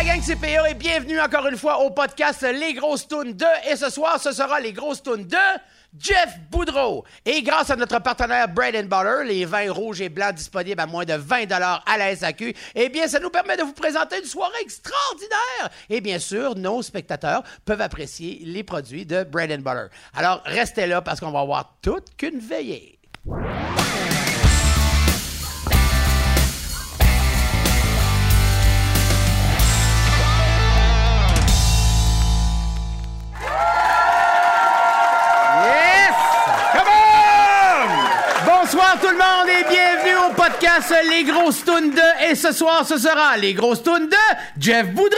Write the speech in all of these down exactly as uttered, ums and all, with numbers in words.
la gang, c'est P A et bienvenue encore une fois au podcast Les Grosses Tunes de. Et ce soir, ce sera Les Grosses Tunes de Jeff Boudreau. Et grâce à notre partenaire Bread and Butter, les vins rouges et blancs disponibles à moins de vingt dollars à la S A Q, eh bien, ça nous permet de vous présenter une soirée extraordinaire. Et bien sûr, nos spectateurs peuvent apprécier les produits de Bread and Butter. Alors, restez là parce qu'on va avoir toute qu'une veillée. Bonsoir tout le monde et bienvenue au podcast Les Grosses Tunes de. Et ce soir, ce sera Les Grosses Tunes de Jeff Boudreau!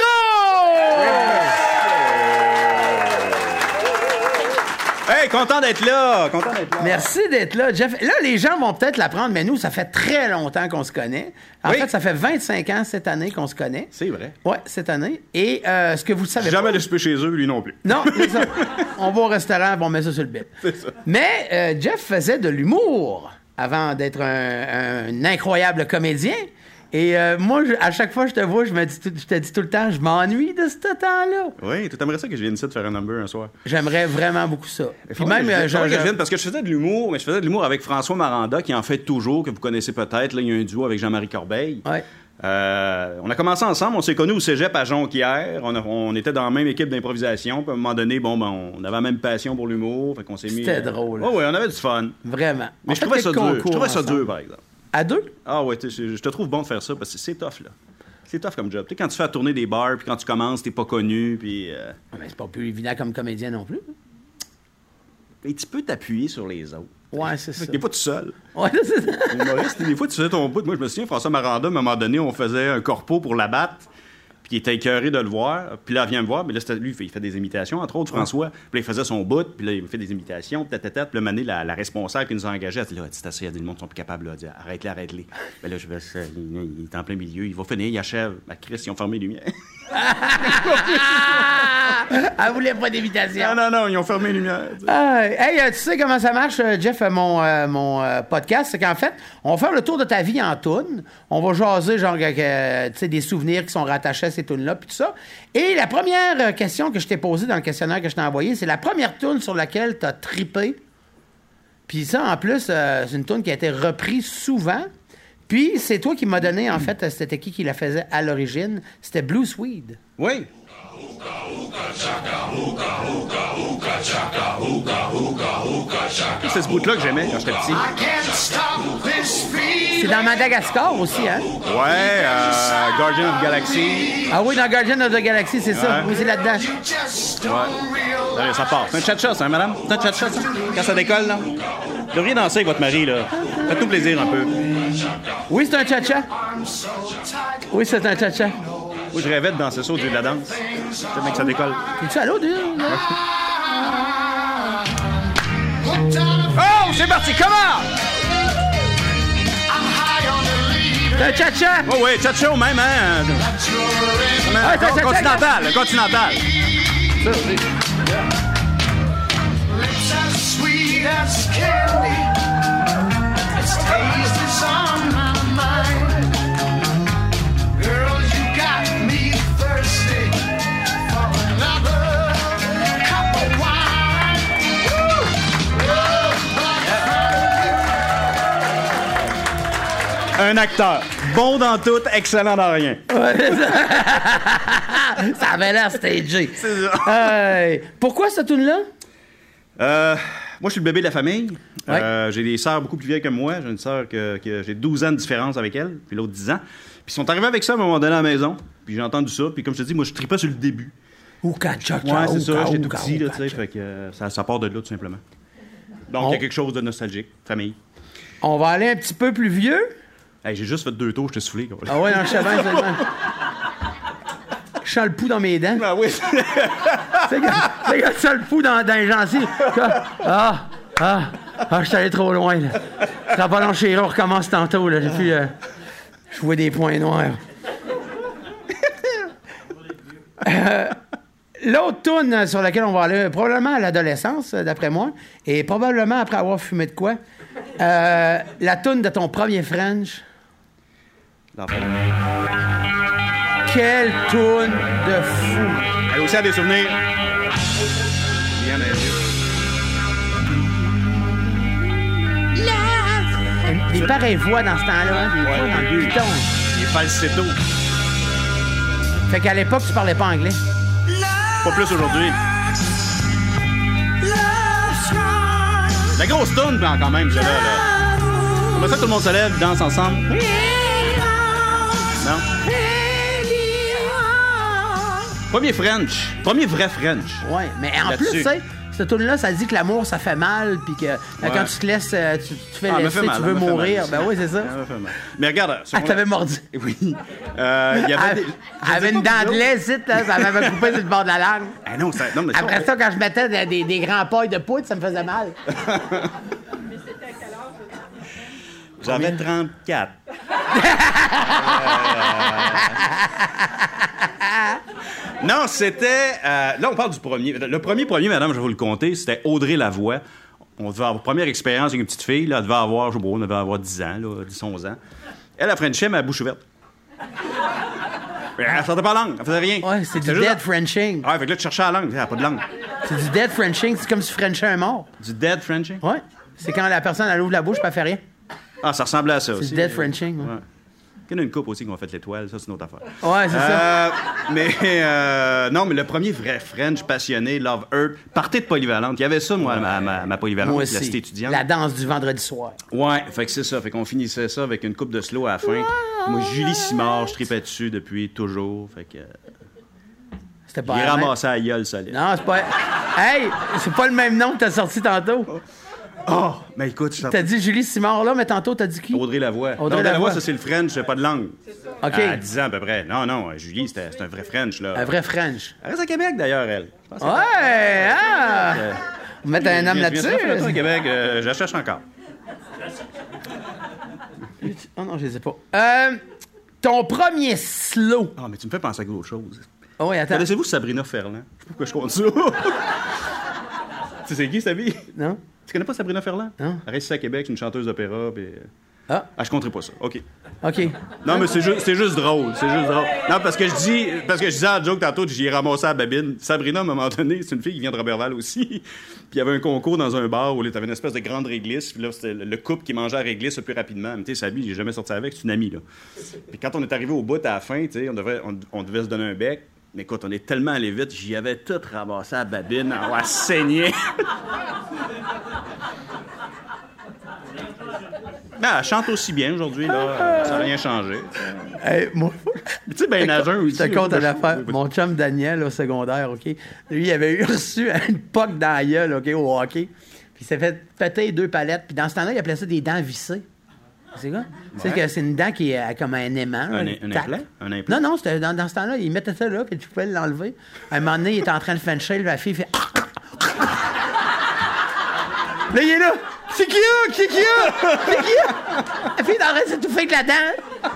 Hey, content d'être là! Content d'être là! Merci d'être là, Jeff. Là, les gens vont peut-être l'apprendre, mais nous, ça fait très longtemps qu'on se connaît. En oui. fait, ça fait vingt-cinq ans cette année qu'on se connaît. C'est vrai. Ouais, cette année. Et euh, ce que vous savez Jamais pas... de souper chez eux, lui non plus. Non, c'est ça. On va au restaurant, on met ça sur le bip. C'est ça. Mais euh, Jeff faisait de l'humour avant d'être un, un incroyable comédien. Et euh, moi, je, à chaque fois que je te vois, je, me dis, je te dis tout le temps, je m'ennuie de ce temps-là. Oui, tu aimerais ça que je vienne ici de faire un number un soir? J'aimerais vraiment beaucoup ça. Puis même, que je, je, que je vienne, parce que je faisais de l'humour, mais je faisais de l'humour avec François Maranda, qui en fait toujours, que vous connaissez peut-être. Là, il y a un duo avec Jean-Marie Corbeil. Ouais. Euh, on a commencé ensemble, on s'est connus au cégep à Jonquière. On, a, on était dans la même équipe d'improvisation. Puis à un moment donné, bon, ben, on avait la même passion pour l'humour. Fait qu'on s'est mis. C'était drôle. Oh, oui, on avait du fun. Vraiment. Mais on je trouvais ça dur. Je trouvais ça ensemble. dur, par exemple. À deux? Ah ouais, je, je te trouve bon de faire ça parce que c'est tough, là. C'est tough comme job. Tu sais, quand tu fais tourner des bars, puis quand tu commences, t'es pas connu, puis... Euh... Mais c'est pas plus évident comme comédien non plus. Et tu peux t'appuyer sur les autres. Ouais, c'est ça. T'es pas tout seul. Ouais, c'est ça. Humoriste, des fois, tu faisais ton bout. Moi, je me souviens, François Maranda, à un moment donné, on faisait un corpo pour la battre. Puis il était écœuré de le voir. Puis là, il vient me voir. Mais là, c'était lui, il fait des imitations, entre autres, François. Puis là, il faisait son bout. Puis là, il fait des imitations. Puis là, puis là, Mané, la, la responsable qui nous a engagés, elle dit là, c'est assez, il y a des monde qui sont plus capables. Là, elle dit, arrête-les, arrête-les. Ben là, je vais, il, il est en plein milieu. Il va finir, il achève. Ben, Chris, ils ont fermé les lumières. Elle voulait pas d'invitation. Non, non, non, ils ont fermé les lumières. Ah, hey, euh, tu sais comment ça marche, Jeff, mon, euh, mon euh, podcast? C'est qu'en fait, on va faire le tour de ta vie en toune. On va jaser, genre, euh, tu sais, des souvenirs qui sont rattachés à ces tounes-là, puis tout ça. Et la première question que je t'ai posée dans le questionnaire que je t'ai envoyé, c'est la première toune sur laquelle t'as trippé. Puis ça, en plus, euh, c'est une toune qui a été reprise souvent. Puis c'est toi qui m'as donné, en fait, c'était qui qui la faisait à l'origine? C'était Blue Swede. Oui. C'est ce bout-là que j'aimais quand j'étais petit. C'est dans Madagascar aussi, hein? Ouais, euh, Guardian of the Galaxy. Ah oui, dans Guardian of the Galaxy, c'est ça. Ouais. Oui, c'est là-dedans. Ouais. Allez, ça part. C'est un cha-cha, ça, hein, madame? C'est un cha-cha, ça? Quand ça décolle, là? Vous devriez danser avec votre mari, là. Faites-nous plaisir un peu. Oui, c'est un cha-cha. Oui, c'est un cha-cha. Moi, je rêvais de danser ça au dieu de la danse. C'est le mec que ça décolle. Es-tu à l'autre? Oh, c'est parti, comment? C'est un cha-cha. Oh oui, cha-cha au même, hein? Ah, c'est un cha-cha. Continental, continental. Ça, c'est... Un acteur. Bon dans tout, excellent dans rien. Ça avait l'air stagé. C'est ça. Euh, pourquoi cette tune-là? Euh, moi, je suis le bébé de la famille. Ouais. Euh, j'ai des sœurs beaucoup plus vieilles que moi. J'ai une sœur que, que j'ai douze ans de différence avec elle, puis l'autre dix ans. Puis ils sont arrivés avec ça à un moment donné à la maison. Puis j'ai entendu ça. Puis comme je te dis, moi, je tripais sur le début. Ouka, cha, cha, Ouais, c'est ça. ouka, J'étais tout ouka, petit, là, ouka, tu sais. cha. Fait que euh, ça, ça part de là, tout simplement. Donc, il On- y a quelque chose de nostalgique. Famille. On va aller un petit peu plus vieux. Hey, j'ai juste fait deux tours, je t'ai soufflé. Quoi. Ah ouais, non, je sais bien, seulement. Je sens le pouls dans mes dents. Ah oui. C'est que c'est que ça le pouls dans, dans les gencives. Ah, ah, ah, je suis allé trop loin, là. Ça va pas long chez on recommence tantôt, là. J'ai plus, euh, je vois des points noirs. Euh, L'autre toune sur laquelle on va aller, probablement à l'adolescence, d'après moi, et probablement après avoir fumé de quoi, euh, la toune de ton premier French. L'enfer. Quelle toune de fou! Elle aussi a des souvenirs. Bien, Des pareilles voix dans ce temps-là, hein? Des Ouais, voix dans le oui. piton. Il est falsetto. Fait qu'à l'époque, tu parlais pas anglais. Pas plus aujourd'hui. La grosse toune, quand même, celle-là. Là. Comment ça, tout le monde se lève, danse ensemble? Non? Premier French. Premier vrai French. Ouais, mais en Là-dessus. plus, tu sais, cette tune-là, ça dit que l'amour, ça fait mal, puis que euh, quand tu te laisses, euh, tu, tu fais Ah, elle me laisser, fait mal, tu elle veux me fait mourir. mal. Ben oui, c'est ça. Elle me fait mal. Mais regarde... Ah, t'avais mordu. Oui. Euh, il y avait Elle des... elle avait une dent de lait, ici, là, ça m'avait coupé sur le bord de la langue. Ah non, ça... non, mais ça, Après on- ça, quand je mettais des, des, des grands pailles de poudre, ça me faisait mal. J'avais trente-quatre. Non, c'était... euh, là, on parle du premier. Le premier premier, madame, je vais vous le compter, c'était Audrey Lavoie. On devait avoir première expérience avec une petite fille. Là, elle devait avoir, je sais pas, on devait avoir dix ans, là, dix onze ans. Elle a Frenchait, mais à bouche ouverte. Elle sortait pas la langue, elle faisait rien. Ouais, c'est du C'était dead juste- Frenching. Ouais, fait que là, tu cherchais la langue, elle a pas de langue. C'est du dead Frenching, c'est comme si tu Frenchais un mort. Du dead Frenching? Ouais. C'est quand la personne, elle ouvre la bouche, puis elle fait rien. Ah, ça ressemblait à ça C'est aussi. du dead Frenching. Ouais, Ouais. Il y en a une couple aussi qui ont fait l'étoile, ça, c'est une autre affaire. ouais c'est ça. Euh, mais euh, non, mais le premier vrai French passionné, Love Earth, partait de polyvalente. Il y avait ça, moi, ma, ma, ma polyvalente, Moi la cité aussi. étudiante. La danse du vendredi soir. Ouais, fait que c'est ça. Fait qu'on finissait ça avec une coupe de slow à la fin. Moi, Julie Simard, je tripais dessus depuis toujours. Fait que. C'était Il pas la même. ramassait à gueule solide. Non, c'est pas. Hey, c'est pas le même nom que t'as sorti tantôt. Oh, mais écoute, je T'as dit Julie Simard là, mais tantôt t'as dit qui? Audrey Lavoie. Audrey non, Audrey Lavoie. Lavoie, ça, c'est le French, c'est pas de langue. OK. À dix ans à peu près. Non, non, Julie, c'était c'était un vrai French, là. Un vrai French. Elle reste à Québec, d'ailleurs, elle. Je pense que- Ouais, ah! Euh, On va mettre un homme Je viens- je viens de faire le tour là-dessus. à Québec, euh, je la cherche encore. Oh non, je les ai pas. Euh, ton premier slow. Ah, mais tu me fais penser à autre chose. Oh oui, attends. Connaissez-vous Sabrina Ferland? Je sais pas pourquoi je compte ça. Tu sais, c'est qui, cette vie? Non? Tu connais pas Sabrina Ferland? Non. Elle reste ici à Québec, c'est une chanteuse d'opéra. Puis... Ah, Ah, je compterai pas ça. OK. OK. Non, mais c'est juste, c'est juste drôle. C'est juste drôle. Non, parce que je dis, parce que je disais à la joke tantôt, j'y ai ramassé à la babine. Sabrina, à un moment donné, c'est une fille qui vient de Roberval aussi. Puis il y avait un concours dans un bar où tu avais une espèce de grande réglisse. Puis là, c'était le le couple qui mangeait la réglisse le plus rapidement. Mais tu sais, Sabi, j'ai jamais sorti avec, c'est une amie, là. Puis quand on est arrivé au bout à la fin, tu sais, on devait, on, on devait se donner un bec. Mais écoute, on est tellement allé vite, j'y avais tout ramassé à la babine, on va saigner. Ah, elle chante aussi bien aujourd'hui, là. Ça n'a rien changé. Hey, moi, Tu sais, ben nageur aussi. je te compte là. une affaire. Mon chum Daniel, au secondaire, OK? Lui, il avait eu reçu une poque dans la gueule, OK, au hockey. Puis il s'est fait péter deux palettes. Puis dans ce temps-là, il appelait ça des dents vissées. C'est quoi? Tu sais que c'est une dent qui est comme un aimant. Un, là, un tac. implant? Un implant? Non, non, c'était dans, dans ce temps-là, il mettait ça là, puis tu pouvais l'enlever. À un moment donné, il était en train de fencher, la fille fait. Là, il est là! C'est qui a? C'est qui a? C'est qui a? La fille est en train de s'étouffer avec la dent.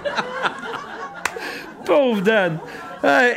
Pauvre Dan. Ouais.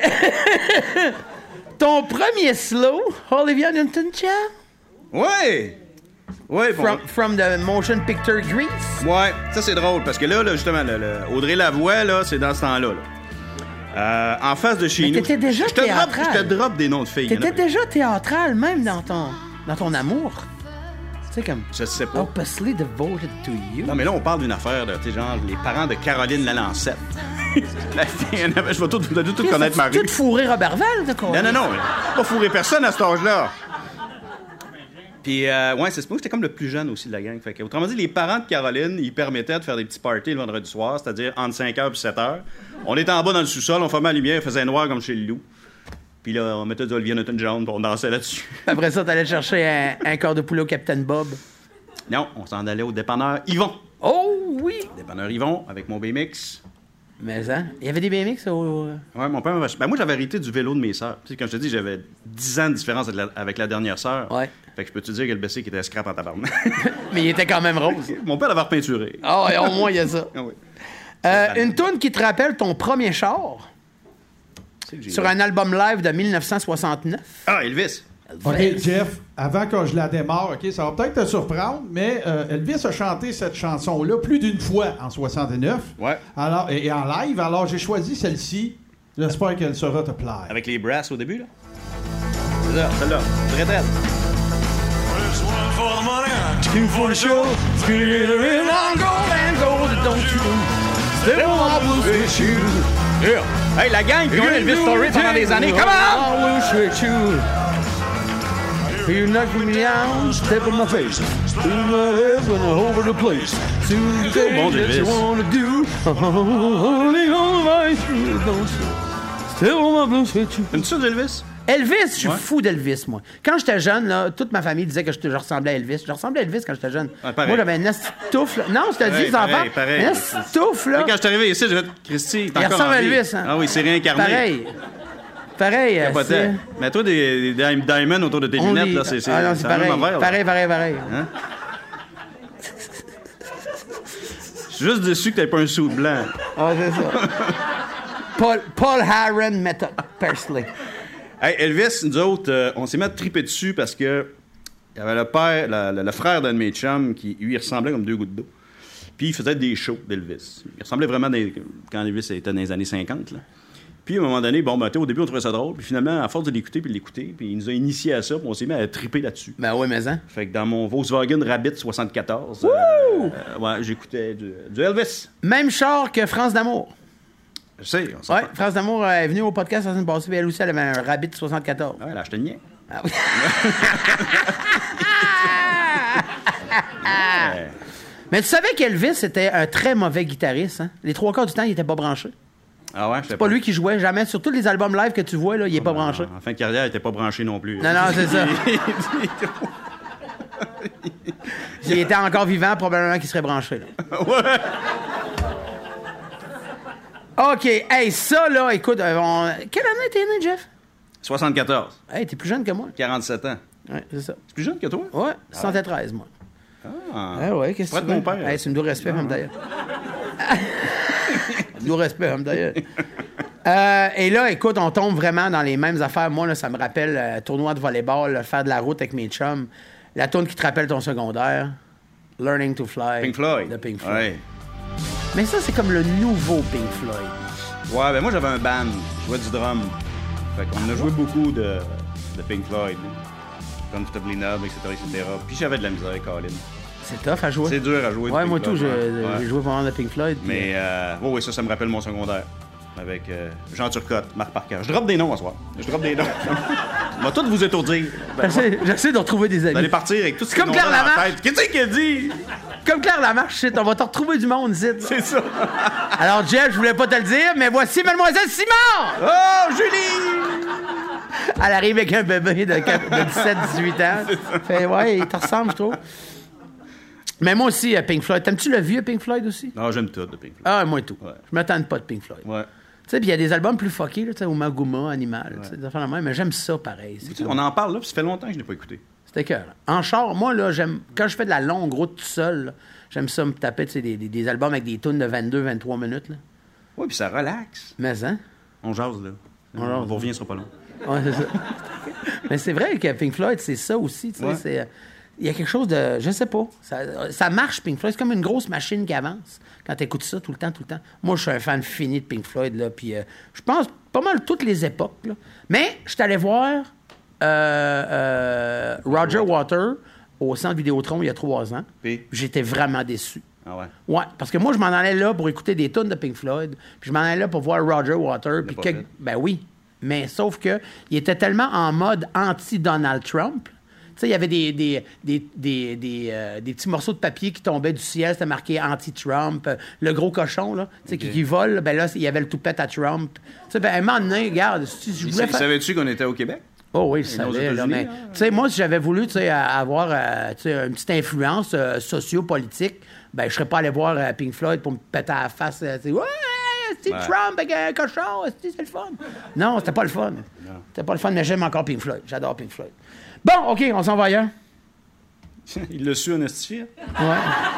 Ton premier slow, Olivia Newton-John? Ouais! Ouais, bon. From, from the motion picture Grease? Ouais, ça c'est drôle parce que là, là justement, le, le Audrey Lavoie, là, c'est dans ce temps-là. là. Euh, en face de chez Mais nous. t'étais déjà je te drop, théâtral. je te drop des noms de filles. il y en a T'étais plein. déjà théâtral, même dans ton, dans ton amour. Tu sais, comme Je sais pas. hopelessly devoted to you. Non, mais là, on parle d'une affaire de, tu sais, genre, les parents de Caroline Lalancette. La fille, elle avait- je vais tout, vous allez tout connaître ma rue. Tu te fourré Robertval, de quoi? Non, non, non. Pas fourrer personne à cet âge-là. Puis, euh, ouais, c'est moi, j'étais comme le plus jeune aussi de la gang. Fait que, autrement dit, les parents de Caroline, ils permettaient de faire des petits parties le vendredi soir, c'est-à-dire entre cinq heures et sept heures. On était en bas dans le sous-sol, on fermait la lumière, il faisait noir comme chez le loup. Puis là, on mettait de Olivia Newton-John, puis on dansait là-dessus. Après ça, t'allais chercher un, un corps de poulet au Captain Bob. Non, on s'en allait au dépanneur Yvon. Oh oui! Dépanneur Yvon, avec mon B M X. Mais hein, il y avait des B M X au... Ouais, mon père m'avait... Ben, moi, j'avais hérité du vélo de mes sœurs. Tu sais, comme je te dis, j'avais dix ans de différence avec la, avec la dernière sœur. Ouais. Fait que je peux te dire que le B C qui était scrap en tabarnak. Mais il était quand même rose. Mon père l'avait repeinturé. Ah ouais, au moins, il y a ça. Ah oui. Euh, une toune qui te rappelle ton premier char Tu sais que j'ai- sur un album live de dix-neuf cent soixante-neuf. Ah, Elvis. OK, Jeff, avant que je la démarre, OK, ça va peut-être te surprendre, mais euh, Elvis a chanté cette chanson-là plus d'une fois en soixante-neuf. Ouais. Alors, et, et en live. Alors, j'ai choisi celle-ci J'espère qu'elle saura te plaire. Avec les brasses au début, là. C'est ça, celle-là. Très très. Two for the show, three on gold and gold, don't you still my blues with you. Yeah. Hey, la gang qui ont Elvis Story pendant des années, come on! I wish with you. You knock me down, step in my face. Do my head when I'm over the place. Do the thing bon, that you Elvis. wanna do. Only on my street, don't you still my blues with you. Aimes-tu ça d'Elvis? Elvis, je suis Ouais. fou d'Elvis, moi. Quand j'étais jeune, là, toute ma famille disait que je, je ressemblais à Elvis. Je ressemblais à Elvis quand j'étais jeune. Ouais, pareil. Moi, j'avais une esti de touffe, là. Non, je te dis, Pareil, les enfants. pareil, pareil. Une esti de touffe, là. Quand je suis arrivé ici, j'ai fait Christy, t'es Il encore ressemble en à vie. Elvis, hein. Ah oui, c'est réincarné. Pareil. Pareil. euh, Capotait. c'est- Mais toi, des, des diamonds autour de tes on lunettes, dit- là, c'est c'est- Ah non, c'est c'est la pareil. même affaire, là. Pareil, pareil, pareil. Hein? Je suis juste déçu que t'aies pas un sou blanc. Ah, c'est ça. Paul, Paul Harron Method Persley. Hey, Elvis, nous autres, euh, on s'est mis à triper dessus parce que il y avait le père, la- la- le frère d'un de mes chums qui, lui, il ressemblait comme deux gouttes d'eau. Puis il faisait des shows d'Elvis. Il ressemblait vraiment des- quand Elvis était dans les années cinquante, là. Puis à un moment donné, bon, ben, tu sais, au début, on trouvait ça drôle. Puis finalement, à force de l'écouter, puis de l'écouter, puis il nous a initiés à ça, puis on s'est mis à triper là-dessus. Ben oui, mais hein. Fait que dans mon Volkswagen Rabbit soixante-quatorze, euh, euh, ouais, j'écoutais du, du Elvis. Même char que France d'Amour. Je sais, on s'en Ouais, France d'Amour est venue au podcast la semaine passée, puis elle aussi, elle avait un Rabbit soixante-quatorze. Ouais, là, je te niais. Ah oui. Ouais. Mais tu savais qu'Elvis était un très mauvais guitariste, hein? Les trois quarts du temps, il était pas branché. Ah ouais, je sais C'est pas lui qui jouait jamais. Sur tous les albums live que tu vois, là, il est pas branché. En fin de carrière, il était pas branché non plus. Non, non, c'est ça. S'il était encore vivant, probablement qu'il serait branché, là. OK. Hey, ça, là, écoute, euh, on... quelle année t'es né, Jeff? soixante-quatorze. Hey, t'es plus jeune que moi. quarante-sept ans. Ouais, c'est ça. C'est plus jeune que toi? Ouais, soixante-treize, moi. Ah. Ah ouais, qu'est-ce que Près tu de veux? mon père. Hey, tu me dois respect, femme d'ailleurs. Tu me dois respect, femme d'ailleurs. Euh, et là, écoute, on tombe vraiment dans les mêmes affaires. Moi, là, ça me rappelle euh, tournoi de volleyball, là, faire de la route avec mes chums. La tourne qui te rappelle ton secondaire. Learning to Fly. Pink Floyd. De Pink Floyd. Ouais. Mais ça, c'est comme le nouveau Pink Floyd. Ouais, ben moi, j'avais un band. Je jouais du drum. Fait qu'on a joué beaucoup de, de Pink Floyd. Comfortably Numb, et cetera, et cetera. Puis j'avais de la misère, Colin. C'est tough à jouer. C'est dur à jouer. de Ouais, Pink moi tout, Floyd, j'ai ouais. j'ai joué pendant de Pink Floyd. puis, Mais, euh, ouais, ouais, ça, ça me rappelle mon secondaire. Avec euh, Jean Turcotte, Marc Parker. Je drop des noms à soir. Je drop des noms. On va tous vous étourdir. Ben, J'essaie j'essaie de retrouver des vous allez amis. partir avec tout ce Comme qu'ils Claire ont dans la Lamarche. tête. Qu'est-ce qu'il a dit? Comme Claire Lamarche, shit, on va te retrouver du monde ici. C'est ça. Alors, Jeff, je voulais pas te le dire, mais voici Mademoiselle Simard! Oh, Julie! Elle arrive avec un bébé de, de dix-sept à dix-huit ans. Fait, ouais, il te ressemble, je trouve. Mais moi aussi, euh, Pink Floyd. T'aimes-tu le vieux Pink Floyd aussi? Non, j'aime tout de Pink Floyd. Ah, moi tout. Ouais. Je m'attends pas de Pink Floyd. Ouais. Tu sais, puis il y a des albums plus fuckés, là, tu sais, Umaguma, Animal, tu sais, des affaires de même, mais j'aime ça pareil. C'est Tu sais, comme- on en parle là, puis ça fait longtemps que je n'ai pas écouté. C'était cœur. En char, moi, là, j'aime. Quand je fais de la longue route tout seul, là, j'aime ça me taper, tu sais, des, des, des albums avec des tunes de vingt-deux à vingt-trois minutes, là. Oui, puis ça relaxe. Mais, hein? On jase, là. On On, jase. vous revient, ce sera pas long. Ouais, c'est ça. Mais c'est vrai que Pink Floyd, c'est ça aussi, tu sais. Ouais. c'est- Il y a quelque chose de. Je sais pas. Ça, ça marche, Pink Floyd. C'est comme une grosse machine qui avance quand tu écoutes ça tout le temps, tout le temps. Moi, je suis un fan fini de Pink Floyd, là. Puis euh, je pense pas mal toutes les époques, là. Mais je suis allé voir euh, euh, Roger Water au Centre Vidéotron il y a trois ans. Puis? J'étais vraiment déçu. Ah ouais. Ouais, parce que moi, je m'en allais là pour écouter des tunes de Pink Floyd, puis je m'en allais là pour voir Roger Water, puis pas que... fait. Ben oui, mais sauf que il était tellement en mode anti-Donald Trump. Tu sais, il y avait des, des, des, des, des, euh, des petits morceaux de papier qui tombaient du ciel, c'était marqué anti-Trump, euh, le gros cochon, là, tu sais, qui, Ok. qui vole, ben là, il y avait le toupette à Trump. Tu sais, ben, à un moment donné, regarde, si je Il voulais sa- faire... Savais-tu qu'on était au Québec? Oh oui, je Et aux savais, là, États-Unis, mais hein? tu sais, moi, si j'avais voulu, tu sais, avoir, euh, tu sais, une petite influence euh, socio-politique, ben, je serais pas allé voir euh, Pink Floyd pour me péter à la face, euh, tu sais, ouais, c'est Ouais. Trump avec un cochon, c'est c'est le fun. Non, c'était pas le fun. C'était pas le fun, mais j'aime encore Pink Floyd. J'adore Pink Floyd. Bon, OK, on s'en va ailleurs. Il l'a su en estifié. Ouais.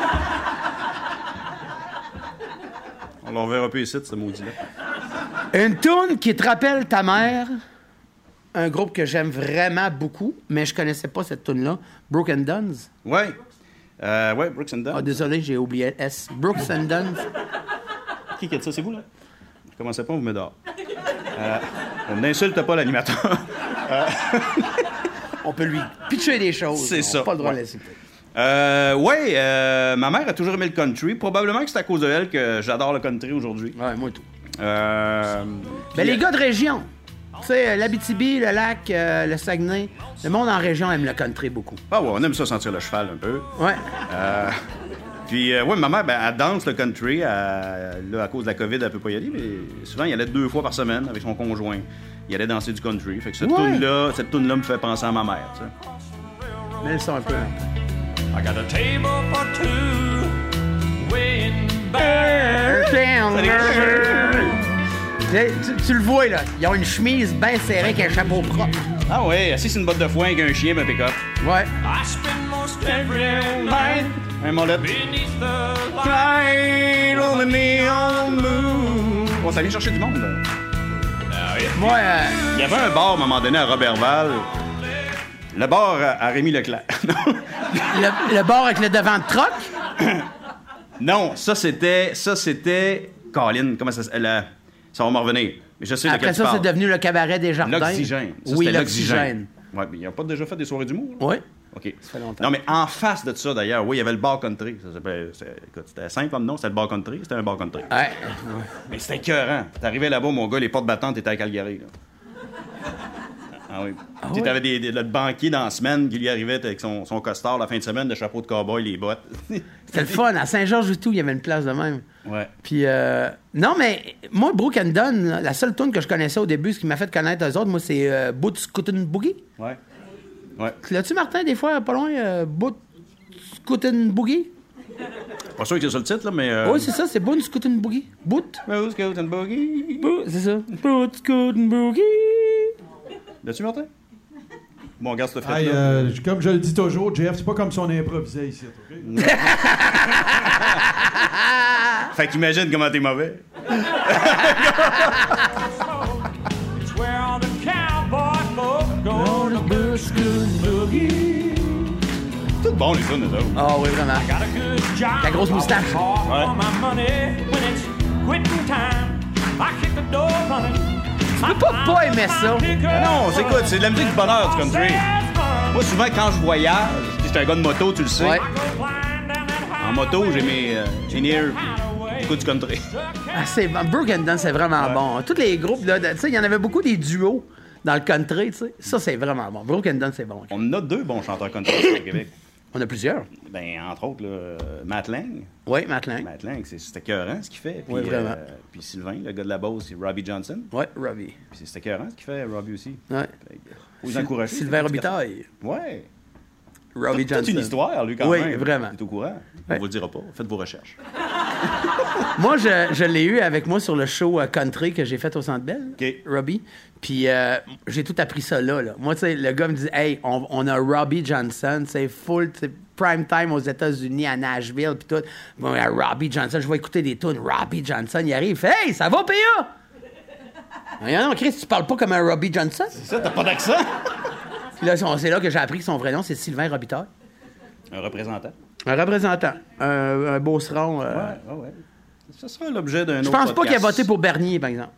On l'en verra plus ici, ce maudit-là. Une tune qui te rappelle ta mère, un groupe que j'aime vraiment beaucoup, mais je connaissais pas cette tune-là, Broken Duns. Ouais. Euh, ouais, Brooks and Dunn. Ah, désolé, j'ai oublié le S. Brooks and Duns. Qui qui a dit ça? C'est vous, là? Je commençais pas, vous me dehors. Euh, on n'insulte pas l'animateur. euh... On peut lui pitcher des choses. C'est on ça. n'a pas le droit ouais. de l'insulter. Euh, ouais, euh, ma mère a toujours aimé le country. Probablement que c'est à cause de elle que j'adore le country aujourd'hui. Ouais, moi tout. Euh, Ben, puis, les gars de région, tu sais, l'Abitibi, le lac, euh, le Saguenay, le monde en région aime le country beaucoup. Ah ouais, on aime ça sentir le cheval un peu. Ouais. Euh, puis, euh, ouais, ma mère, ben, elle danse le country. Elle- là, à cause de la COVID, elle peut pas y aller, mais souvent, il allait deux fois par semaine avec son conjoint. Il allait danser du country. Fait que cette Ouais. toune-là, cette toune-là me fait penser à ma mère, tu sais. Mais le son un peu. I got a table for two, way in back. Tu, tu le vois, là. Ils ont une chemise bien serrée avec un chapeau propre. Ah ouais, assis sur une botte de foin avec un chien, ben pick-up. Ouais. I spend most every night Un molette. beneath the Light on the neon moon. On s'est allé chercher du monde, là. Moi, euh, Il y avait un bar, à un moment donné, à Robertval. Le bar à, à Rémi Leclerc. le, le bar avec le devant de troc, Non, ça c'était. Ça c'était. Colin, comment ça s'appelle? Ça va me revenir. Mais je sais de après quel tu ça, c'est parles. devenu le cabaret des jardins. L'oxygène. Ça, Oui, c'était l'oxygène. Ouais, mais ils n'ont pas déjà fait des soirées d'humour? là? Oui. OK. Ça fait longtemps. Non, mais en face de ça, d'ailleurs, oui, il y avait le bar country. Ça s'appelait- c'est- écoute, c'était simple comme nom, c'était le bar country. C'était un bar country. Ouais. Mais c'était écœurant. T'arrivais là-bas, mon gars, les portes battantes étaient à Calgary. Là. Ah oui. Ah Tu sais, ouais? t'avais des, des- le banquier dans la semaine qui lui arrivait avec son, son costard la fin de semaine, le chapeau de cowboy, les bottes. C'était le fun. À Saint-Georges et tout, il y avait une place de même. Ouais. Puis, euh, non, mais moi, Brooke and Dunn, là, la seule tune que je connaissais au début, ce qui m'a fait connaître eux autres, moi, c'est euh, Boot Scootin' Boogie. Ouais. Ouais. L'as-tu, Martin, des fois, pas loin, euh, Boot Scootin' Boogie? Pas sûr que c'est ça le titre, là, mais. Euh... Oui, c'est ça, c'est Boot Scootin' Boogie. Boot. Who's Scootin' Boogie? Boot, c'est ça. Boot Scootin' Boogie. L'as-tu, Martin? Bon, regarde cette Hey, fête-là. euh, comme je le dis toujours, Jeff, c'est pas comme si on improvisait ici, OK? Fait qu'imagine comment t'es mauvais. It's where all the cowboy folk go to Boot Scootin' Boogie. Tout bon, les tunes, nous autres. Ah oui, vraiment. Got a good job. La grosse moustache. I work Ouais. for my money when it's quitting time. I kick the door running. Tu peux pas pas aimer ça. Non, c'est quoi? C'est de la musique du bonheur, du country. Moi, souvent, quand je voyage, je suis un gars de moto, tu le sais. Ouais. En moto, j'ai mes euh, in-ear, puis j'écoute du country. Ah, c'est, Brooke and Dunn, c'est vraiment bon. Tous les groupes, là, tu sais, il y en avait beaucoup des duos dans le country, tu sais. Ça, c'est vraiment bon. Brooke and Dunn, c'est bon. On a deux bons chanteurs country au Québec. On a plusieurs. Ben, entre autres, là, euh, Matt Lang. Oui, Matlin. Matt Lang, c'est- c'était écœurant ce qu'il fait. Puis, Ouais, vraiment. euh, puis Sylvain, le gars de la Beauce, c'est Robbie Johnson. Oui, Robbie. Puis c'est- c'était écœurant ce qu'il fait, Robbie aussi. Ouais. Fait que, faut les encourager. Sylvain Robitaille. Ouais. Robbie Toute Johnson. une histoire, lui, quand Oui, même. vraiment. Il est au courant. Ouais. On vous le dira pas. Faites vos recherches. Moi, je, je l'ai eu avec moi sur le show euh, country que j'ai fait au Centre Bell, OK. Robbie. Puis euh, j'ai tout appris ça là. là. Moi, tu sais, le gars me dit, hey, on, on a Robbie Johnson, c'est full, c'est prime time aux États-Unis, à Nashville, puis tout. Bon, à Robbie Johnson, je vais écouter des tunes. Robbie Johnson, il arrive, il fait, hey, ça va, P A? Non, non, Chris, tu parles pas comme un Robbie Johnson? Ça, t'as pas d'accent? Puis là, c'est là que j'ai appris que son vrai nom, c'est Sylvain Robitaille. Un représentant. Un représentant, un, un beauceron. euh, Ouais, ouais, ouais. Ça sera l'objet d'un autre Je pense pas qu'il a podcast. voté pour Bernier, par exemple.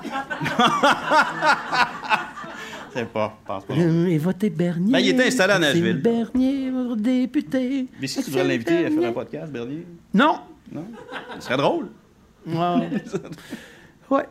C'est pas, je pense pas. J'ai voté Bernier. Ben, il était installé à Nashville. C'est Bernier, mon député. Mais si tu voudrais l'inviter à faire un podcast, Bernier, Non. non? Ce serait drôle. Ouais. Ouais.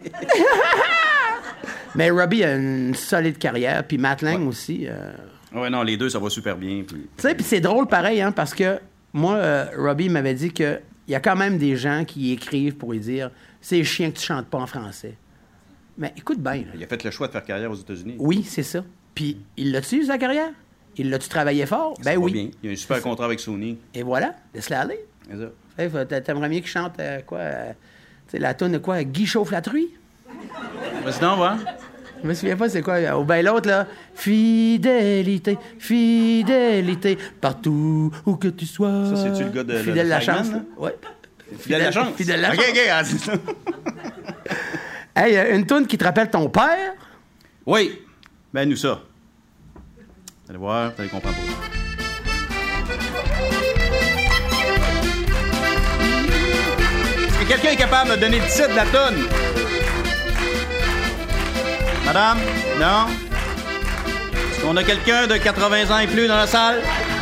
Mais Robbie a une solide carrière, puis Matt Lang aussi. euh. Ouais, non, les deux, ça va super bien. Puis... Tu sais, puis c'est drôle pareil, hein, parce que moi, euh, Robbie m'avait dit que il y a quand même des gens qui écrivent pour lui dire « C'est chiant que tu chantes pas en français. » Mais écoute bien, là. Il a fait le choix de faire carrière aux États-Unis. Oui, c'est ça. Puis, il l'a-tu eu, sa carrière? Il l'a-tu travaillé fort? Ça Ben va oui. bien. Il a un super contrat avec Sony. Et voilà, laisse-le aller. C'est ça. Hey, faut- t'a- T'aimerais mieux qu'il chante euh, quoi? euh, tu sais, la toune de quoi? Guy Chauffe-la-truie? Vas-y donc, va. Je me souviens pas c'est quoi. Ou ben l'autre, là. Fidélité, fidélité, partout où que tu sois. Ça, c'est-tu le gars de- Fidèle de la Flagman, chance, là? là? Ouais. Fidèle la chance. Fidèle la OK, chance. OK, ah, c'est ça. Hey, euh, une toune qui te rappelle ton père? Oui. Ben, nous, ça. Vous allez voir, vous allez comprendre pourquoi. Est-ce que quelqu'un est capable de me donner le titre de la tonne? Madame? Non? Est-ce qu'on a quelqu'un de quatre-vingts ans et plus dans la salle?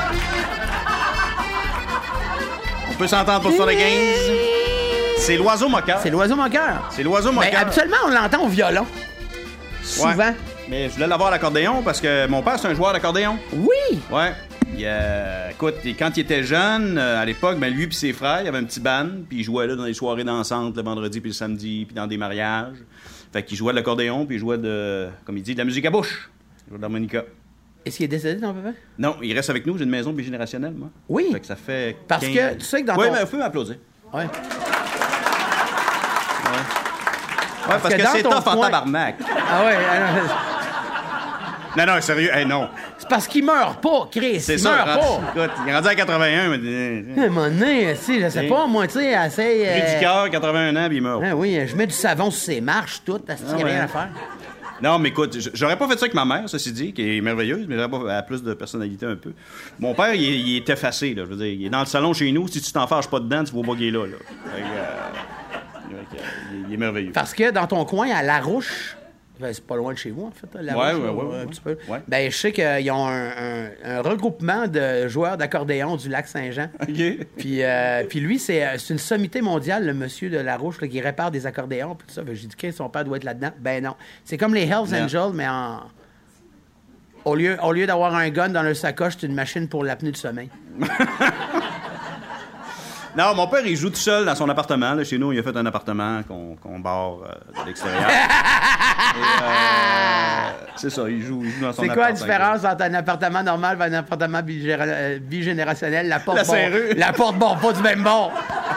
On peut s'entendre pour soixante-quinze? C'est l'oiseau moqueur. C'est l'oiseau moqueur. C'est l'oiseau moqueur. Ben, habituellement, on l'entend au violon. Souvent. Ouais. Mais je voulais l'avoir à l'accordéon parce que mon père, c'est un joueur d'accordéon. Oui! Ouais. Il, euh, écoute, quand il était jeune, euh, à l'époque, ben, lui et ses frères, il y avait un petit band, puis il jouait là dans les soirées dansantes le vendredi puis le samedi, puis dans des mariages. Fait qu'il jouait de l'accordéon, puis il jouait de, comme il dit, de la musique à bouche. Il jouait de l'harmonica. Est-ce qu'il est décédé, ton papa? Non, il reste avec nous. J'ai une maison bigénérationnelle, moi. Oui. Fait que ça fait Parce quinze... que tu sais que dans oui, ton... mais vous pouvez m'applaudir. Ouais. Ouais, parce, parce que, que c'est ton tough coin... en tabarnak. Ah ouais, alors... Non, non, sérieux, hey, non. C'est parce qu'il meurt pas, Chris. C'est il ça, meurt rendu, pas. Écoute, il est rendu à quatre-vingt-un, mais... À un moment donné, si, je sais pas, moi, tu sais, assez... Pris Euh... du cœur, quatre-vingt-un ans, puis il meurt. Ah oui, je mets du savon sur ses marches, tout, parce qu'il n'y a Ah ouais. rien à faire. Non, mais écoute, j'aurais pas fait ça avec ma mère, ceci dit, qui est merveilleuse, mais j'aurais pas elle a plus de personnalité un peu. Mon père, il, est- il est effacé, là. Je veux dire, il est dans le salon chez nous, si tu t'en fâches pas dedans, tu vois pas qu'il est là, là. Fait que, euh, fait que, euh, il, il est merveilleux. Parce que dans ton coin, à Larouche, ben, c'est pas loin de chez vous, en fait, là, Larouche, Ouais, ouais, là, ouais, ouais, un ouais. petit peu. Ouais. Ben, je sais qu'ils ont un, un- un regroupement de joueurs d'accordéon du lac Saint-Jean. OK. Puis, euh, puis lui, c'est, c'est une sommité mondiale, le monsieur de Larouche, là, qui répare des accordéons, puis tout ça. Ben, j'ai dit, que son père doit être là-dedans. Ben non. C'est comme les Hells Non. Angels, mais en... Au lieu, au lieu d'avoir un gun dans leur sacoche, c'est une machine pour l'apnée du sommeil. Non, mon père, il joue tout seul dans son appartement. Là. Chez nous, il a fait un appartement qu'on, qu'on barre euh, de l'extérieur. Et, euh, c'est ça, il joue, il joue dans son C'est appartement. quoi la différence entre un appartement normal et un appartement bigéra- euh, bigénérationnel? La porte La bord- serrure. La porte bord pas du même bord.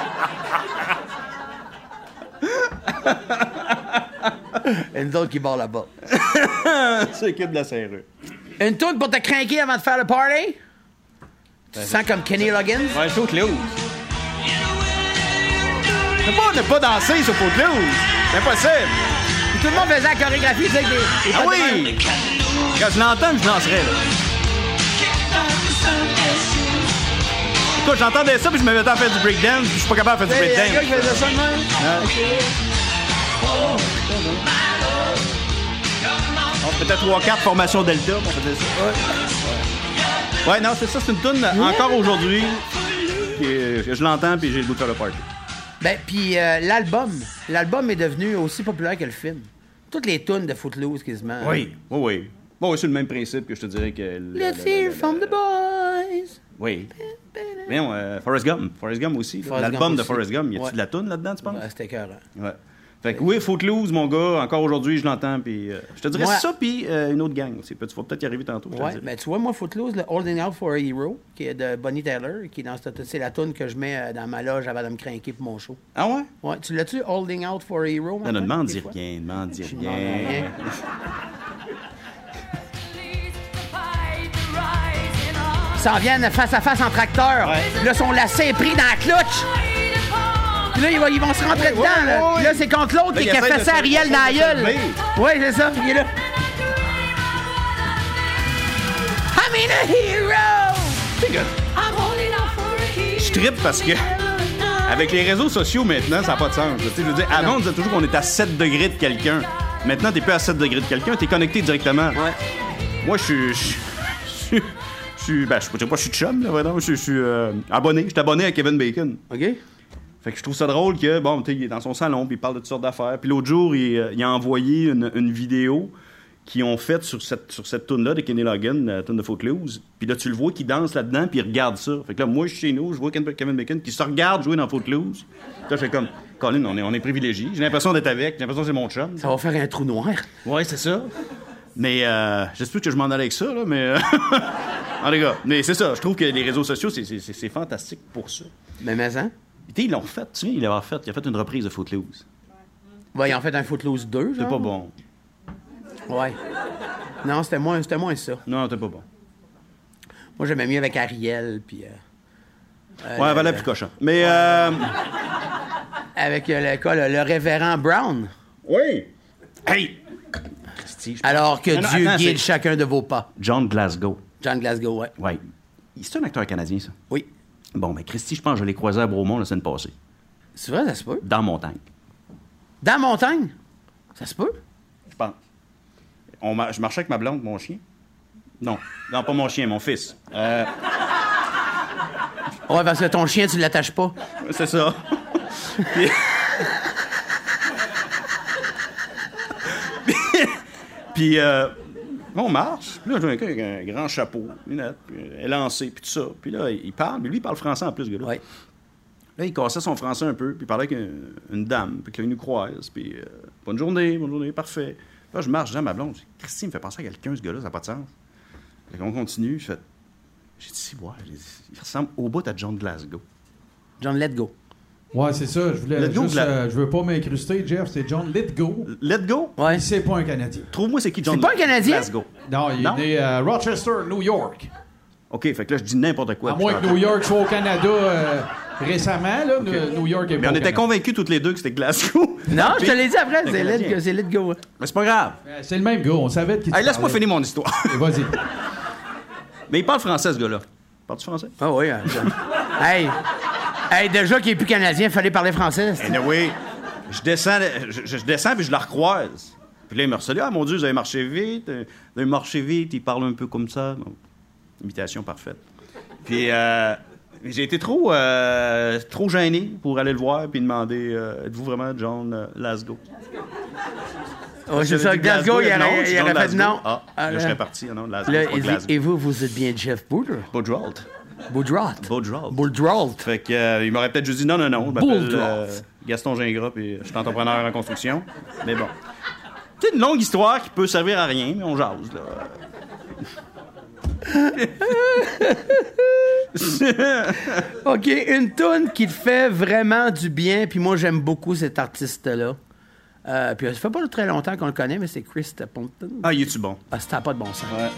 Et nous autres qui barrent là-bas. C'est équipe de la serrure. Une toune pour te craquer avant de faire le party? Tu te sens comme Kenny Loggins? Ouais, Footloose. On peut pas ne pas danser sur Footloose. C'est impossible. Puis tout le monde faisait la chorégraphie tu sais, avec des, des Ah pas de main. oui! Quand je l'entends, je danserais, là. Écoute, j'entendais ça, puis je me mettais à faire du breakdance, puis je suis pas capable de faire du Il y a un gars qui breakdance. faisait ça de même. On faisait trois quatre formations Delta, on faisait ça. Ouais, ouais non, c'est ça, c'est une toune encore aujourd'hui. Puis, euh, je l'entends, puis j'ai le goût de faire le party. Ben, puis euh, l'album. L'album est devenu aussi populaire que le film. Toutes les tunes de Footloose, quasiment. Oui, oui, oui. Bon, oui, c'est le même principe que je te dirais que... le- Let's le- le- hear le- from the boys. Oui. Mais non, euh, Forrest Gump. Forrest Gump aussi. là. Forrest L'album Gump de aussi. Forrest Gump. Y a-tu Ouais. de la toune là-dedans, tu penses? Ouais, c'était écœurant. Ouais. Fait que oui, Footloose, mon gars, encore aujourd'hui, je l'entends, puis euh, je te dirais Moi- ça, puis euh, une autre gang aussi. Tu vas peut-être y arriver tantôt. je te le Ouais, dirai. ben tu vois, moi, Footloose, le Holding Out for a Hero, qui est de Bonnie Tyler, qui est dans cette, c'est la tune que je mets euh, dans ma loge avant de me craquer pour mon show. Ah ouais? Ouais, tu l'as-tu, Holding Out for a Hero? Non, non, Martin, demande des dis fois? rien, demande dis Je demande rien. rien. Ils s'en viennent face à face en tracteur. Ouais. Puis là, son lacet est pris dans la clutch. Puis là, ils vont, ils vont se rentrer dedans. ouais, là. ouais. Puis là, c'est contre l'autre Là, qui il a essaie fait de ça se- Ariel il dans la essaie de se gueule. lever. Oui, c'est ça. Il est là. I'm in a hero. I'm holding out for a hero. Je trippe parce que avec les réseaux sociaux maintenant, ça n'a pas de sens. Tu sais, je veux dire, avant, on disait toujours qu'on était à sept degrés de quelqu'un. Maintenant, t'es plus à sept degrés de quelqu'un, t'es connecté directement. Ouais. Moi, je suis... Je suis... Je suis... Ben, je sais pas, je suis chum, là, vraiment. Je je suis euh, abonné. Je suis abonné à Kevin Bacon. OK. Fait que je trouve ça drôle que, bon, tu sais, il est dans son salon, puis il parle de toutes sortes d'affaires. Puis l'autre jour, il, euh, il a envoyé une, une vidéo qu'ils ont faite sur cette, sur cette toune-là de Kenny Loggins, la toune de Footloose. Puis là, tu le vois qui danse là-dedans, puis il regarde ça. Fait que là, moi, je suis chez nous, je vois Ken- Kevin Bacon qui se regarde jouer dans Footloose. Là, je fais comme, Colin, on est, on est privilégié. J'ai l'impression d'être avec, j'ai l'impression que c'est mon chum. Ça va faire un trou noir. Ouais, c'est ça. Mais euh, j'espère que je m'en allais avec ça, là, mais... euh, en les gars, mais c'est ça. Je trouve que les réseaux sociaux, c'est, c'est, c'est, c'est fantastique pour ça. Mais mais hein? Tu sais, ils l'ont fait, tu sais, il l'a fait. Il a fait une reprise de Footloose. Ouais, ils ont fait un Footloose deux, genre. C'est pas bon. Ouais. Non, c'était moins, c'était moins ça. Non, t'es pas bon. Moi, j'aimais mieux avec Ariel, puis... euh, euh, Ouais, elle valait plus cochon. Mais, euh... avec euh, le, quoi, le, le révérend Brown. Oui! Hey! Christy, je pense- Alors que Non, non, Dieu attends, guide c'est chacun de vos pas. John Glasgow. John Glasgow, ouais. Ouais. C'est un acteur canadien, ça. Oui. Bon, ben, Christy, je pense que je l'ai croisé à Bromont la semaine passée. C'est vrai, ça se peut. Dans Montagne. Dans la montagne? Ça se peut? Je pense. on mar- je marchais avec ma blonde, mon chien. Non, non, pas mon chien, mon fils. Euh, Ouais, parce que ton chien, tu l'attaches pas. c'est ça. Puis, puis euh, on marche. Puis là, je vois un gars avec un grand chapeau, lunettes, puis élancé, puis tout ça. Puis là, il parle, mais lui, il parle français en plus, ce gars-là. Ouais. Là, il cassait son français un peu, puis il parlait avec une, une dame, puis qu'il nous croise, puis euh, bonne journée, bonne journée, parfait. Là, je marche, je dis à ma blonde, je dis, Christy, il me fait penser à quelqu'un, ce gars-là, ça n'a pas de sens. Fait qu'on continue, je fais, j'ai dit, ouais, j'ai dit, il ressemble au bout à John Glasgow. John, let go. Ouais, c'est ça. Je voulais Let go juste, de la- euh, je veux pas m'incruster, Jeff. C'est John Lithgow. Let go? Ouais. C'est pas un Canadien. Trouve-moi c'est qui John C'est pas un Canadien? Glasgow. Non, il Non? est né à Rochester, New York. OK, fait que là, je dis n'importe quoi. À puis moins je que t'entends. New York soit au Canada euh, récemment, là, New York est Mais pas on au était Canada. convaincus toutes les deux que c'était Glasgow. Non, je te Puis- l'ai dit après, C'est c'est let, Canadien. go- c'est let go. Mais c'est pas grave. Euh, C'est le même gars, on savait de qui tu Hey, laisse-moi parlais. finir mon histoire. Et Vas-y. Mais il parle français, ce gars-là. Parles-tu français? Ah oui. hein, ça. hey, hey, déjà qu'il est plus Canadien, il fallait parler français. c'est- Anyway, je descends, je, je descends puis je la recroise. Puis là, il me recèle. Ah, mon Dieu, vous avez marché vite. Vous avez marché vite. Il parle un peu comme ça. Bon, imitation parfaite. Puis euh, j'ai été trop, euh, trop gêné pour aller le voir puis demander euh, êtes-vous vraiment John euh, Glasgow? Ouais, c'est J'avais ça, dit Glasgow, il non, aurait, c'est il John aurait fait Glasgow. non. Ah, Ah, là, je là. serais parti. Ah non, Glasgow, Là, c'est pas il dit, Glasgow. et vous, vous êtes bien Jeff Boudreau? Boudreaux. Boudreau. Boudreaux. Boudreau. Fait que, euh, il m'aurait peut-être juste dit non, non, non. Je m'appelle Boudreaux. euh, Gaston Gingras, puis je suis entrepreneur en construction. Mais bon. C'est une longue histoire qui peut servir à rien, mais on jase, là. OK, une toune qui te fait vraiment du bien, puis moi, j'aime beaucoup cet artiste-là. Euh, puis ça fait pas très longtemps qu'on le connaît, mais c'est Chris Stapleton. Ah, il est-tu bon? Ah, ça n'a pas de bon sens. Ouais.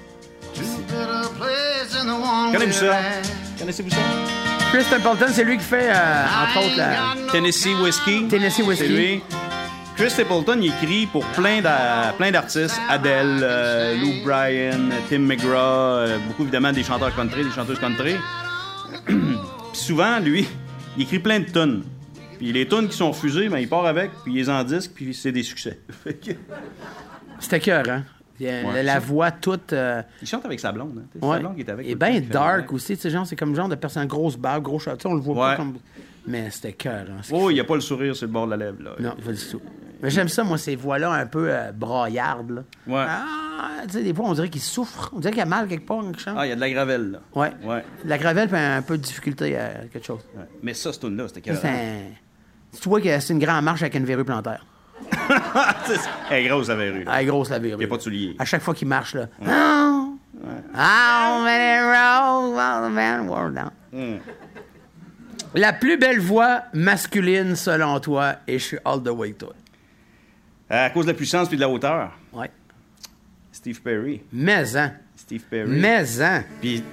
Connaissez-vous ça? Connaissez-vous ça? Chris Stapleton, c'est lui qui fait, euh, entre autres, la Tennessee Whiskey. Tennessee Whiskey. C'est lui. Chris Stapleton, il écrit pour plein, d'a- plein d'artistes. Adele, euh, Luke Bryan, Tim McGraw, euh, beaucoup évidemment des chanteurs country, des chanteuses country. Puis souvent, lui, il écrit plein de tunes. Puis les tunes qui sont refusées, ben, il part avec, puis il les en disque, puis c'est des succès. Fait que- C'était cœur, hein? Il y a Ouais. la, la voix toute. euh, il chante avec sa blonde. Hein. C'est ouais. sa blonde qui est avec. Et tout le temps, bien qui fait dark le- aussi, tu sais, genre, c'est comme le genre de personne grosse barbe, gros chat. Tu sais, on le voit Ouais. pas comme. Mais c'était cœur, hein? ce Oh, qu'il il n'y fait. a pas le sourire sur le bord de la lèvre. Là. Non, pas du tout. Mais j'aime ça, moi, ces voix-là un peu euh, braillardes, là. Ouais. Ah, tu sais, des fois, on dirait qu'il souffre. On dirait qu'il a mal quelque part, quelque chose. Ah, il y a de la gravelle, là. Ouais. Ouais. La gravelle fait un peu de difficulté à quelque chose. Ouais. Mais ça, cette tune-là, c'était Ça, carré. c'est un- Tu vois que c'est une grande marche avec une verrue plantaire. Elle est grosse, la verrue. Ah, elle est grosse, la verrue. Il n'y a pas de souliers. À chaque fois qu'il marche, là. Oh, how many roads will the man walk down? Mm. La plus belle voix masculine, selon toi, et je suis all the way to it. À cause de la puissance puis de la hauteur. Ouais. Steve Perry. Mais, hein. Steve Perry. Mais, hein. Puis,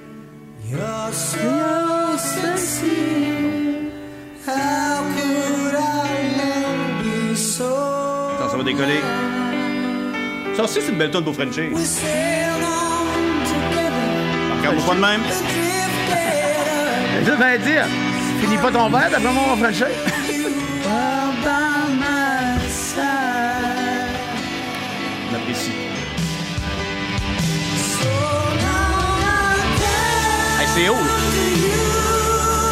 attends, ça va décoller. Ça aussi, c'est une belle tonne pour Frencher. Regarde-moi pas de même. Je vais dire, finis pas ton verre, d'après moi, on va franchir. On apprécie. Hey, c'est haut, là.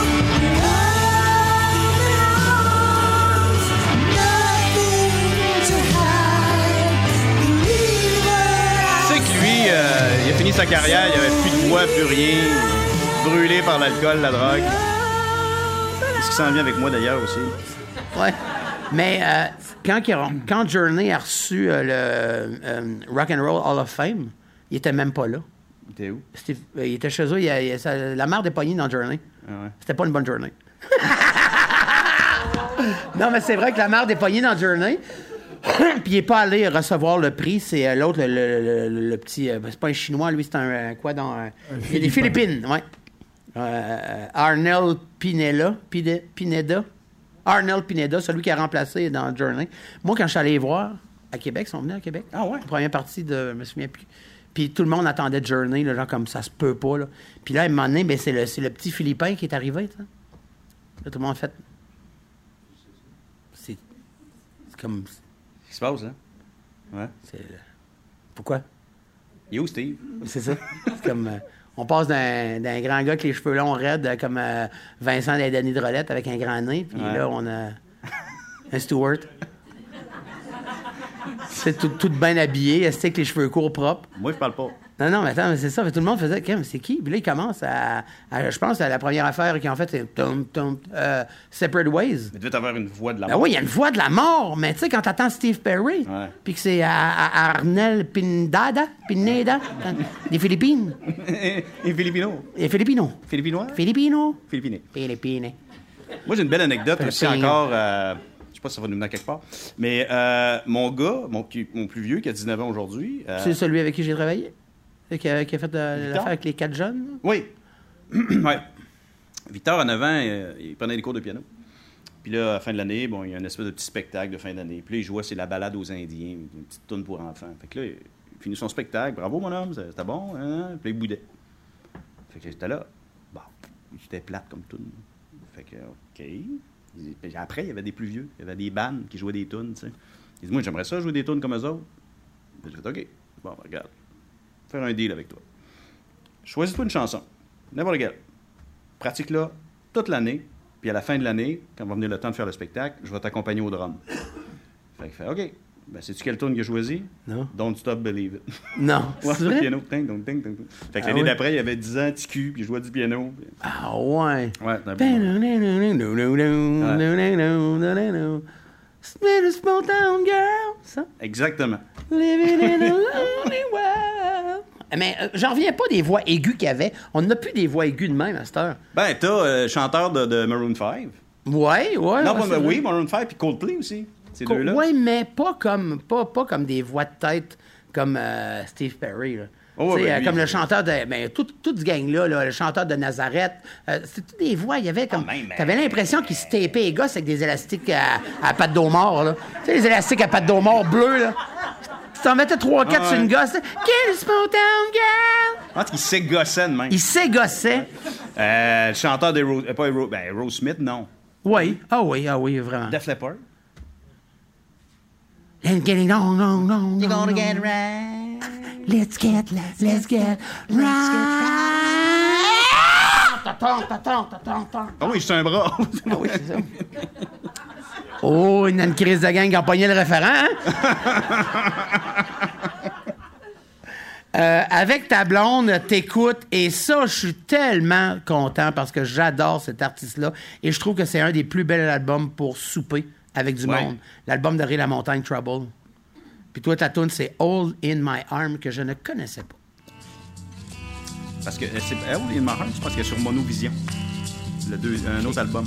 Tu sais que lui, euh, il a fini sa carrière, il avait plus de voix, plus rien. Brûlé par l'alcool, la drogue. C'est ce qui s'en vient avec moi, d'ailleurs, aussi. Ouais. Mais euh, quand, il a- quand Journey a reçu euh, le euh, Rock and Roll Hall of Fame, il était même pas là. T'es où? Steve- euh, il était chez eux, il a- il a- ça- la mère des poignées dans Journey. Ah ouais. C'était pas une bonne journée. Non, mais c'est vrai que la mère des poignées dans Journey, puis il est pas allé recevoir le prix, c'est euh, l'autre, le, le- le- le petit... euh, c'est pas un Chinois, lui, c'est un... euh, quoi, dans... euh, il y a des Philippin. Philippines, ouais. Euh, Arnel Pinella, Pide- Pineda. Arnel Pineda, celui qui a remplacé dans Journey. Moi, quand je suis allé les voir à Québec, ils sont venus à Québec. Ah ouais? La première partie de... Je me souviens plus. Puis tout le monde attendait Journey, là, genre comme ça se peut pas. Là. Puis là, à un moment donné, ben, c'est, le, c'est le petit Philippin qui est arrivé. Tu sais. Là, tout le monde a fait... C'est, c'est comme... Qu'est-ce qui se passe, hein? Ouais. C'est Pourquoi? Il est où, Steve? C'est ça. C'est comme... euh, on passe d'un, d'un grand gars avec les cheveux longs raides, euh, comme euh, Vincent des Denis de Rolette, avec un grand nez, puis Ouais. là, on a un Stewart. C'est tout, tout bien habillé, est avec les cheveux courts propres. Moi, je parle pas. Non, non, mais attends, mais c'est ça. Tout le monde faisait, mais c'est qui? Puis là, il commence à, à- je pense, à la première affaire qu'ils ont faite, c'est tum, tum, euh, Separate Ways. Mais tu devais avoir une voix de la Ben mort. oui, il y a une voix de la mort, mais tu sais, quand t'attends Steve Perry, Ouais. puis que c'est à, à Arnel Pindada, Pineda, des Philippines. Et Filipino. Et Filipino. Filipinois? Filipino. Philippines. Philippines. Moi, j'ai une belle anecdote aussi Philippines. encore. euh, je sais pas si ça va nous mener à quelque part. Mais euh, mon gars, mon, qui- mon plus vieux, qui a dix-neuf ans aujourd'hui. euh, C'est celui avec qui j'ai travaillé? Qui a, qui a fait euh, Victor? l'affaire avec les quatre jeunes? là? Oui. ouais. Victor, à neuf ans, euh, il prenait des cours de piano. Puis là, à la fin de l'année, bon, il y a une espèce de petit spectacle de fin d'année. Puis là, il jouait, c'est la balade aux Indiens, une petite tourne pour enfants. Fait que là, il finit son spectacle. Bravo, mon homme, c'était bon. Hein? Puis là, il boudait. Fait que j'étais là. Bon, j'étais plate comme tout. Fait que, OK. Puis après, il y avait des plus vieux. Il y avait des bands qui jouaient des tunes, tu sais. Il dit, moi, j'aimerais ça jouer des tunes comme eux autres. J'ai fait, OK. Bon, regarde. Faire un deal avec toi. Choisis-toi une chanson. N'importe quelle. Pratique-la toute l'année. Puis à la fin de l'année, quand va venir le temps de faire le spectacle, je vais t'accompagner au drum. Fait qu'il fait, OK. Ben, sais-tu quelle tune qu'il a choisi? Non. Don't Stop Believe It. Non. Ouais, C'est le vrai? piano. Ting, dong, ting, dong, dong. Fait que Ah l'année ouais? d'après, il avait dix ans, petit cul, puis il jouait du piano. Puis- Ah ouais. Ouais, c'était un bon moment. Little small town girl. Ça? Exactement. Living in a lonely world. Mais euh, j'en reviens pas des voix aiguës qu'il y avait. On n'a plus des voix aiguës de même à cette heure. Ben, t'as euh, chanteur de, de Maroon five. Ouais, ouais. non, ouais, pas, c'est ben, vrai. oui, Maroon five, puis Coldplay aussi. Ces Co- deux-là. ouais, mais pas comme, pas, pas comme des voix de tête comme euh, Steve Perry. Là. Oh, Tu sais, ben, euh, lui, comme le c'est- chanteur de. Ben, tout, tout ce gang-là, là, le chanteur de Nazareth. Euh, c'est toutes des voix. Il y avait comme. Ah, même, T'avais mais- l'impression qu'il se tapait les gosses avec des élastiques à, à pattes d'eau mort, là. Tu sais, les élastiques à pattes d'eau mort bleues, là. Tu t'en mettais trois quatre Ah, sur une ouais. gosse. Quel small town girl! Je pense qu'il s'égossait de même. Il s'égossait. Euh, le chanteur de Rose... euh, pas Rose... Ben, Rose Smith, non. Oui. Ah oui, ah oui, vraiment. Def Leppard. Let's get it on, on, on, You're on, gonna on. get right. Let's get, let's get right. Taton, taton, taton, taton. Ah oui, c'est un bras. Ah oui, c'est ça. Oh, une, une crise de gang qui a pogné le référent, hein? Euh, avec ta blonde, t'écoutes, et ça, je suis tellement content parce que j'adore cet artiste-là, et je trouve que c'est un des plus bels albums pour souper avec du Ouais. monde. L'album de Ray La Montagne, Trouble. Puis toi, ta tune, c'est All in My Arm, que je ne connaissais pas. Parce que euh, c'est... Ah oui, In My Heart, je pense qu'il y a sur Monovision. Le deux... Un autre album.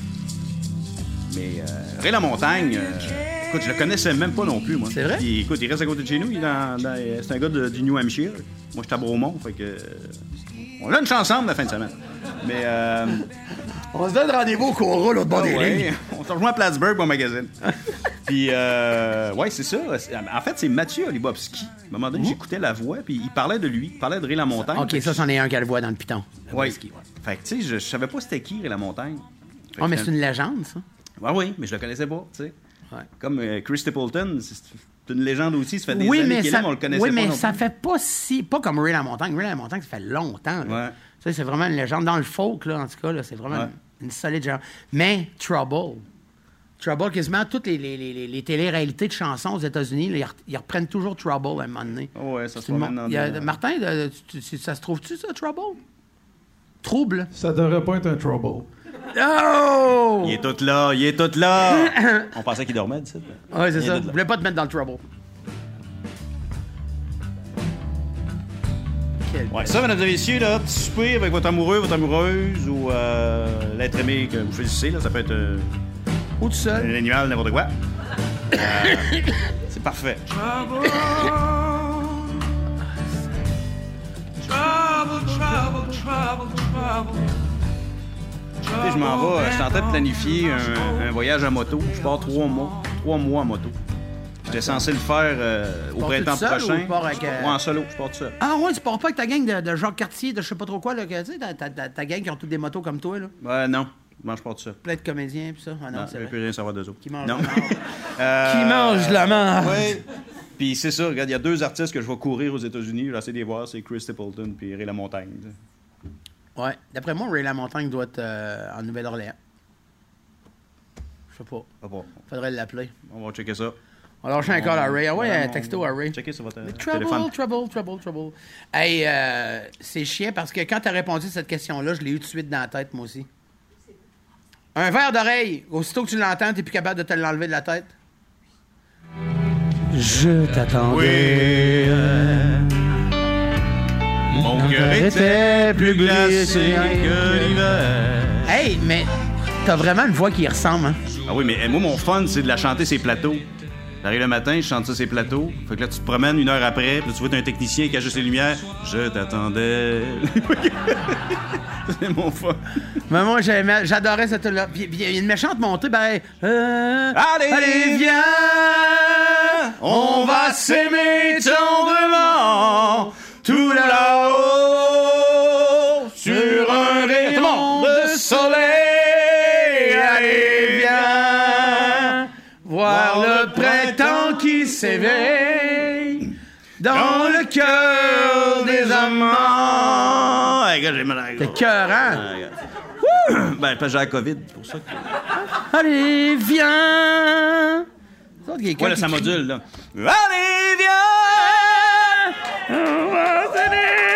Mais euh, Ray La Montagne, euh, écoute, je le connaissais même pas non plus, moi. C'est vrai? Puis, écoute, il reste à côté de chez nous. Il est dans, dans- c'est un gars de- du New Hampshire. Moi, je suis à Bromont, fait que... euh, on lunch ensemble la fin de semaine. Mais... Euh, On se donne rendez-vous au Cora, l'autre bord ah des ouais, lignes. on se rejoint à Plattsburgh pour un magazine. Puis, euh, ouais, c'est ça. En fait, c'est Mathieu Olibowski. À un moment donné, j'écoutais la voix, puis il parlait de lui. Il parlait de Ray La Montagne. OK, ça, c'en est un qu'elle voit dans le piton. Ouais. Fait que, tu sais, je, je savais pas c'était qui, Ray La Montagne. Fait Oh, que mais finalement- c'est une légende, ça. Ouais, oui, mais je le connaissais pas, tu sais. Ouais. Comme euh, Chris Stapleton, c'est c'est une légende aussi. Ça fait des Oui, années mais qu'il est ça, là, mais on le connaissait oui, pas mais non ça plus. fait pas si... Pas comme Ray La Montagne. Ray La Montagne, ça fait longtemps. là. Ouais. Tu sais, c'est vraiment une légende. Dans le folk, là, en tout cas, là, c'est vraiment Ouais. une, une solide légende. Mais Trouble... Trouble, quasiment toutes les, les, les, les, les télé-réalités de chansons aux États-Unis, là, ils, re- ils reprennent toujours Trouble à un moment donné. Oh ouais, ça se Tout le promène monde- dans il y a- des- Martin, de- tu- tu- ça se trouve-tu, ça, Trouble? Trouble? Ça devrait pas être un trouble. Oh! Il est tout là, il est tout là! On pensait qu'il dormait, tu sais. Ouais, c'est Il est ça. tout Je là. voulais pas te mettre dans le Trouble. Quel Ouais, ça, mesdames et messieurs, là, petit souper avec votre amoureux, votre amoureuse ou euh, l'être aimé que vous choisissez, là, ça peut être euh, Ou tout seul. un animal, n'importe quoi. Euh, c'est parfait. Trouble, trouble, trouble, trouble. Tu sais, je m'en vais, je suis en train de planifier un, un voyage à moto. Je pars trois mois, trois mois en moto. J'étais censé le faire euh, au Pars-tu printemps tout seul prochain. ou tu pars avec, euh, Ouais, en solo, je pars tout seul. Ah ouais, tu pars pas avec ta gang de, de Jacques Cartier, de je sais pas trop quoi, là, que, tu sais, ta, ta, ta, ta gang qui ont toutes des motos comme toi, là. Ouais, non, moi je pars tout seul. Plein de comédiens, pis ça. Ah non, Non, c'est je veux vrai. plus rien savoir d'eux autres. Qui mangent Non. de la marde. Euh, Qui mange de la marde. Oui. Puis c'est ça, regarde, il y a deux artistes que je vais courir aux États-Unis, je vais essayer de les voir, c'est Chris Stapleton puis Ray LaMontagne. Ouais. D'après moi, Ray LaMontagne doit être euh, en Nouvelle-Orléans. Je sais pas. Ah bon. Faudrait l'appeler. On va checker ça. On va lâcher un call à Ray. Ah ouais, Ouais, un on- texto à Ray. Checker sur votre euh, Trouble, téléphone. trouble, trouble, trouble. Hey, euh, c'est chiant parce que quand t'as répondu à cette question-là, je l'ai eu tout de suite dans la tête, moi aussi. Un verre d'oreille, aussitôt que tu l'entends, t'es plus capable de te l'enlever de la tête? Je t'attendais. Mon cœur était plus glacé que l'hiver. Hey, mais t'as vraiment une voix qui y ressemble, hein? Ah oui, mais eh, moi, mon fun, c'est de la chanter ses plateaux. J'arrive le matin, je chante ça ses plateaux. Fait que là, tu te promènes une heure après, puis là, tu vois, t'as un technicien qui ajuste les lumières. Je t'attendais. C'est mon fun. Mais moi, j'aimais- j'adorais cette tune-là. Puis puis il y a une méchante montée, ben... euh, Allez, allez, viens! On va s'aimer tendrement tout là-haut sur un rayon de soleil. Allez, viens voir le printemps qui s'éveille dans le cœur des amants. Hey, gars, j'ai mal à la C'est gorge. cœur, hein? Ah, regarde. Ben, parce que j'ai la COVID, c'est pour ça que... Allez, viens! C'est autre quelqu'un Ouais, là, qui ça crie. module, là. Allez, viens! On va s'aimer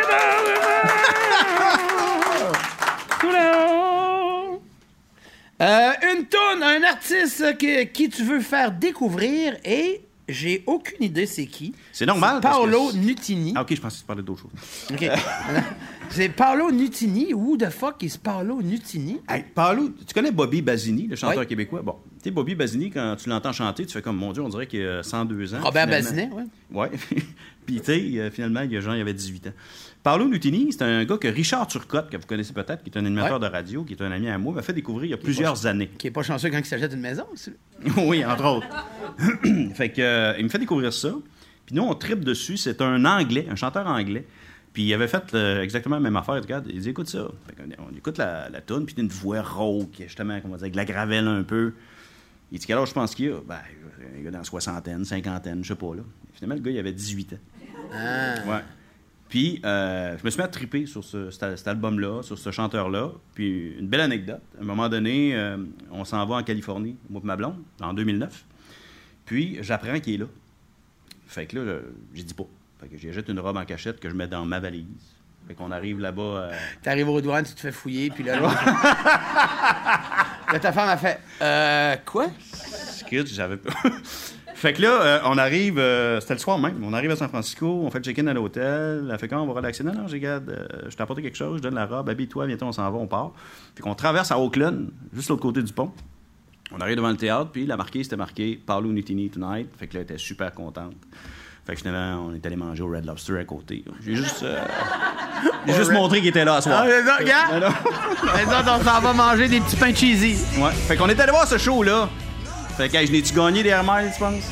tendrement. Euh, une toune, un artiste que, qui tu veux faire découvrir et j'ai aucune idée c'est qui. C'est normal, parce que Paolo c'est- Nutini. Ah, OK, je pensais que tu parlais d'autre chose. OK. C'est Paolo Nutini. Who the fuck is Paolo Nutini? Hey, Paolo, tu connais Bobby Basini, le chanteur Oui. québécois? Bon, tu sais, Bobby Basini, quand tu l'entends chanter, tu fais comme, mon Dieu, on dirait qu'il a cent deux ans. Robert finalement. Bazinet, oui. Ouais. Puis, tu sais, euh, finalement, il y a genre, il avait dix-huit ans. Paolo Nutini, c'est un gars que Richard Turcotte, que vous connaissez peut-être, qui est un animateur Ouais. de radio, qui est un ami à moi, m'a fait découvrir il y a plusieurs années. Qui est pas chanceux quand il s'achète une maison. c'est- Oui, entre autres. Fait que, euh, il me fait découvrir ça. Puis nous, on tripe dessus. C'est un Anglais, un chanteur anglais. Puis il avait fait euh, exactement la même affaire. Regarde, il dit, écoute ça. Fait qu'on- on écoute la, la toune, puis il a une voix rauque, justement, comment dire, avec de la gravelle un peu. Il dit, quel âge je pense qu'il a? Ben, un gars dans la soixantaine, cinquantaine, je sais pas, là. Finalement, le gars, il avait dix-huit ans. Ah. Ouais. Puis, euh, je me suis mis à triper sur ce, cet, cet album-là, sur ce chanteur-là. Puis, une belle anecdote. À un moment donné, euh, on s'en va en Californie, moi et ma blonde, en deux mille neuf. Puis, j'apprends qu'il est là. Fait que là, je- j'y dis pas. Fait que j'achète une robe en cachette que je mets dans ma valise. Fait qu'on arrive là-bas... euh, T'arrives aux douanes, tu te fais fouiller, puis là... Là, là, ta femme a fait... Euh... Quoi? Skid, j'avais pas. Fait que là, euh, on arrive, euh, c'était le soir même, on arrive à San Francisco, on fait le check-in à l'hôtel, elle fait quand on va relaxer. Non, non, je regarde, euh, je t'ai apporté quelque chose, je donne la robe, habille-toi, bientôt on s'en va, on part. Fait qu'on traverse à Oakland, juste l'autre côté du pont. On arrive devant le théâtre, puis la marquée, c'était marqué Paolo Nutini Tonight. Fait que là, elle était super contente. Fait que finalement, on est allé manger au Red Lobster à côté. J'ai juste, euh, j'ai juste montré qu'il était là à soir. Ah, c'est ça, regarde! Alors- Les autres, on s'en va manger des petits pains cheesy. Ouais. Fait qu'on est allé voir ce show-là. Fait que, hey, je n'ai-tu gagné des Air Miles, tu penses?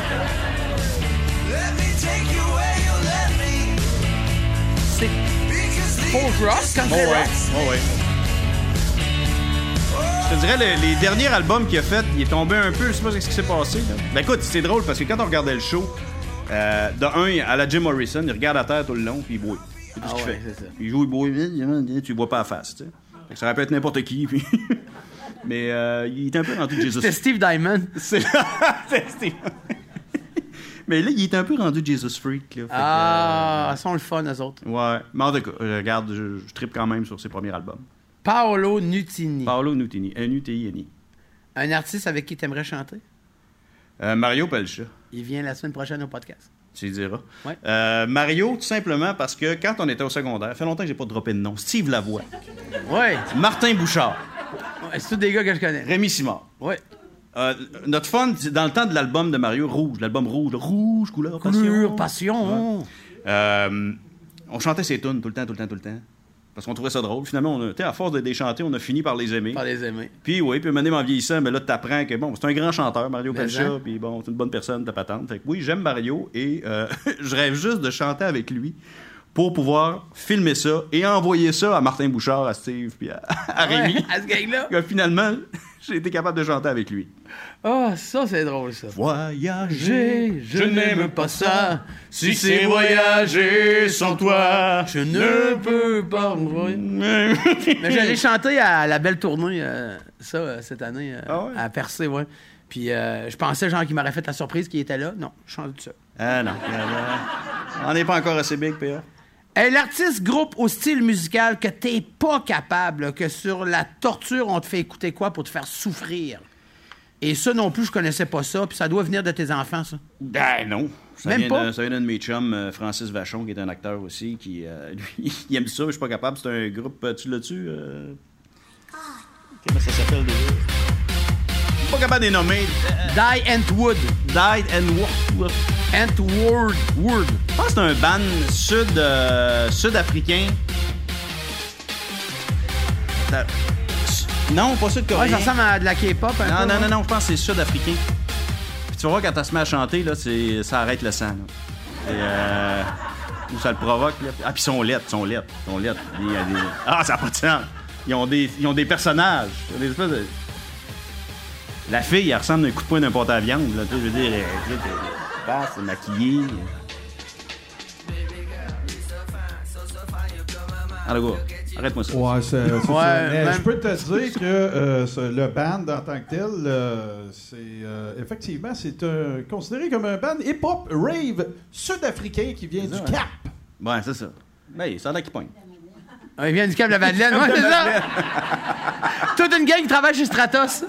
C'est folk rock, quand c'est rock. Oh, ouais. Je te dirais, le- les derniers albums qu'il a fait, il est tombé un peu, je sais pas ce qui s'est passé. Là. Ben écoute, c'est drôle parce que quand on regardait le show, euh, de un, à la Jim Morrison, il regarde à terre tout le long puis il boit. C'est tout ce Ah qu'il ouais, fait. c'est ça. Il joue, il boit, tu bois pas à face, tu sais. Fait que ça aurait pu être n'importe qui, puis... Mais euh, il est un peu rendu Jesus. C'était Steve Diamond. C'est c'est Steve. Mais là, il est un peu rendu Jesus Freak, là. Fait que, Ah, ils sont le fun, eux autres. euh, ouais. Mais en tout cas, je regarde, je, je trippe quand même sur ses premiers albums. Paolo Nutini. Paolo Nutini, N U T I N I. Un artiste avec qui t'aimerais chanter? Euh, Mario Pelcha, Il vient la semaine prochaine au podcast. tu le diras. Ouais. Euh, Mario, tout simplement parce que quand on était au secondaire, ça fait longtemps que j'ai pas droppé de nom. Steve Lavoie, Ouais. Martin Bouchard, Ouais, c'est tous des gars que je connais. Rémi Simard. Ouais. Euh, notre fun, c'est dans le temps de l'album de Mario, Rouge, l'album Rouge, là, Rouge, couleur, passion. Couleur, passion. Euh, on chantait ses tunes tout le temps, tout le temps, tout le temps. Parce qu'on trouvait ça drôle. Finalement, on a, t'sais, à force de les chanter, on a fini par les aimer. Pas les aimer. Puis oui, puis maintenant, en vieillissant, mais là, t'apprends que bon, c'est un grand chanteur, Mario Mais Pelcha, hein. puis bon, c'est une bonne personne, ta patente. Fait que oui, j'aime Mario et euh, je rêve juste de chanter avec lui pour pouvoir filmer ça et envoyer ça à Martin Bouchard, à Steve, puis à, à Rémi. Ouais, à ce gang-là. Que finalement, J'ai été capable de chanter avec lui. Ah, oh, ça, c'est drôle, ça. Voyager, je, je n'aime pas ça. Si c'est voyager sans toi, je ne peux pas. Mais j'allais chanter à la belle tournée, euh, ça, euh, cette année, euh, ah ouais? à Percé, ouais. Puis euh, je pensais, genre, qu'il m'aurait fait la surprise qu'il était là. Non, je chantais tout ça. Ah non. On n'est pas encore assez big, P A. Hey, l'artiste groupe au style musical que t'es pas capable, là, que sur la torture, on te fait écouter quoi pour te faire souffrir? Et ça non plus, je connaissais pas ça, puis ça doit venir de tes enfants, ça. Ben non. Ça Même vient pas? De, ça vient d'un de mes chums, euh, Francis Vachon, qui est un acteur aussi, qui, euh, lui, il aime ça, mais je suis pas capable. C'est un groupe, tu l'as-tu? Euh... Comment ça s'appelle déjà? Je suis pas capable de les nommer. Die and Wood. Died and What? And Word. Word. Je pense que c'est un band sud, euh, sud-africain. T'as- Non, pas sud-coréen. Ouais, ça ressemble à de la K-pop un Non, peu. non, ouais. non, non, je pense que c'est sud-africain. Puis tu vas voir, quand elle se met à chanter, là, c'est... ça arrête le sang. Là. Et, euh... Ou ça le provoque. Là. Ah, puis ils sont lettres, ils sont lettres. Ils sont lettres. Il y a des... Ah, ça n'a pas de sens. Ils ont des, ils ont des personnages. Ils ont des espèces de... La fille, elle ressemble d'un coup de poing d'un porte à viande. Là. Tu sais, je veux dire, elle, elle, elle, elle, c'est maquillée. Ah, le gars, arrête-moi ça. Ouais, c'est, c'est Ouais, ça. Mais même- je peux te dire que euh, ce- le band en tant que tel, euh, c'est euh, effectivement, c'est un- considéré comme un band hip-hop rave sud-africain qui vient du ça, Cap. Ouais, c'est ça. Ben, ça a l'air qu'il pogne. Ah, il vient du Cap de la Madeleine, ouais, c'est ça. Toute une gang qui travaille chez Stratos.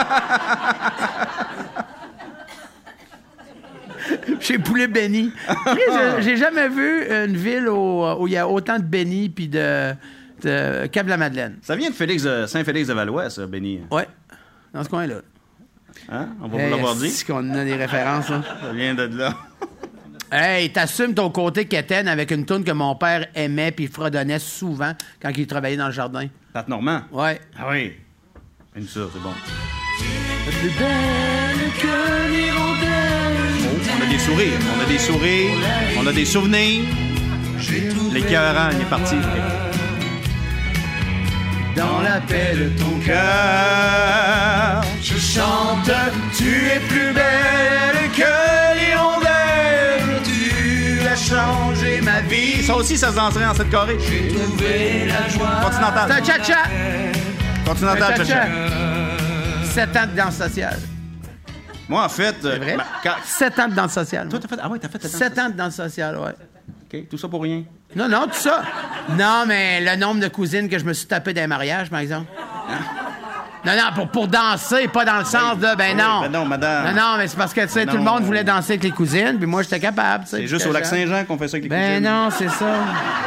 Chez Poulet Benny. J'ai- J'ai jamais vu une ville où où il y a autant de Benny puis de, de Cap de la Madeleine. Ça vient de Félix de Saint-Félix-de-Valois, ça, Benny. Ouais, dans ce coin-là. Hein? On va vous l'avoir dit. C'est qu'on a des références, là. Ça vient de là. Hey, t'assumes ton côté quétaine avec une toune que mon père aimait puis fredonnait souvent quand il travaillait dans le jardin. Pat Normand. Ouais. Ah oui. Aime ça, c'est bon. Plus belle que l'hirondelle. Oh, on a des sourires. On a des sourires. On a des souvenirs. L'écœurant, il est parti. Dans la paix de ton Cœur, je chante, tu es plus belle que l'hirondelle, tu as changé ma vie. ça aussi, ça se danserait en cette carré. J'ai trouvé la joie. Continental. C'est un cha-cha. Continental, Un cha-cha. cha-cha. Sept ans de danse sociale. Moi, en fait... C'est vrai? euh, quand- Sept ans de danse sociale. Toi, t'as fait... Ah ouais, t'as fait... Sept ans de danse sociale, ouais. OK, tout ça pour rien. Non, non, tout ça. Non, mais le nombre de cousines que je me suis tapé dans les mariages, par exemple. Non, non, pour, pour danser, pas dans le sens de, ben Oui, non. ben non, madame. Non, non, mais c'est parce que, tu sais, Ben tout le non. monde voulait danser avec les cousines, puis moi, j'étais capable, tu sais. C'est puis juste au j'étais lac jeune. Saint-Jean qu'on fait ça avec les Ben cousines. non, c'est ça.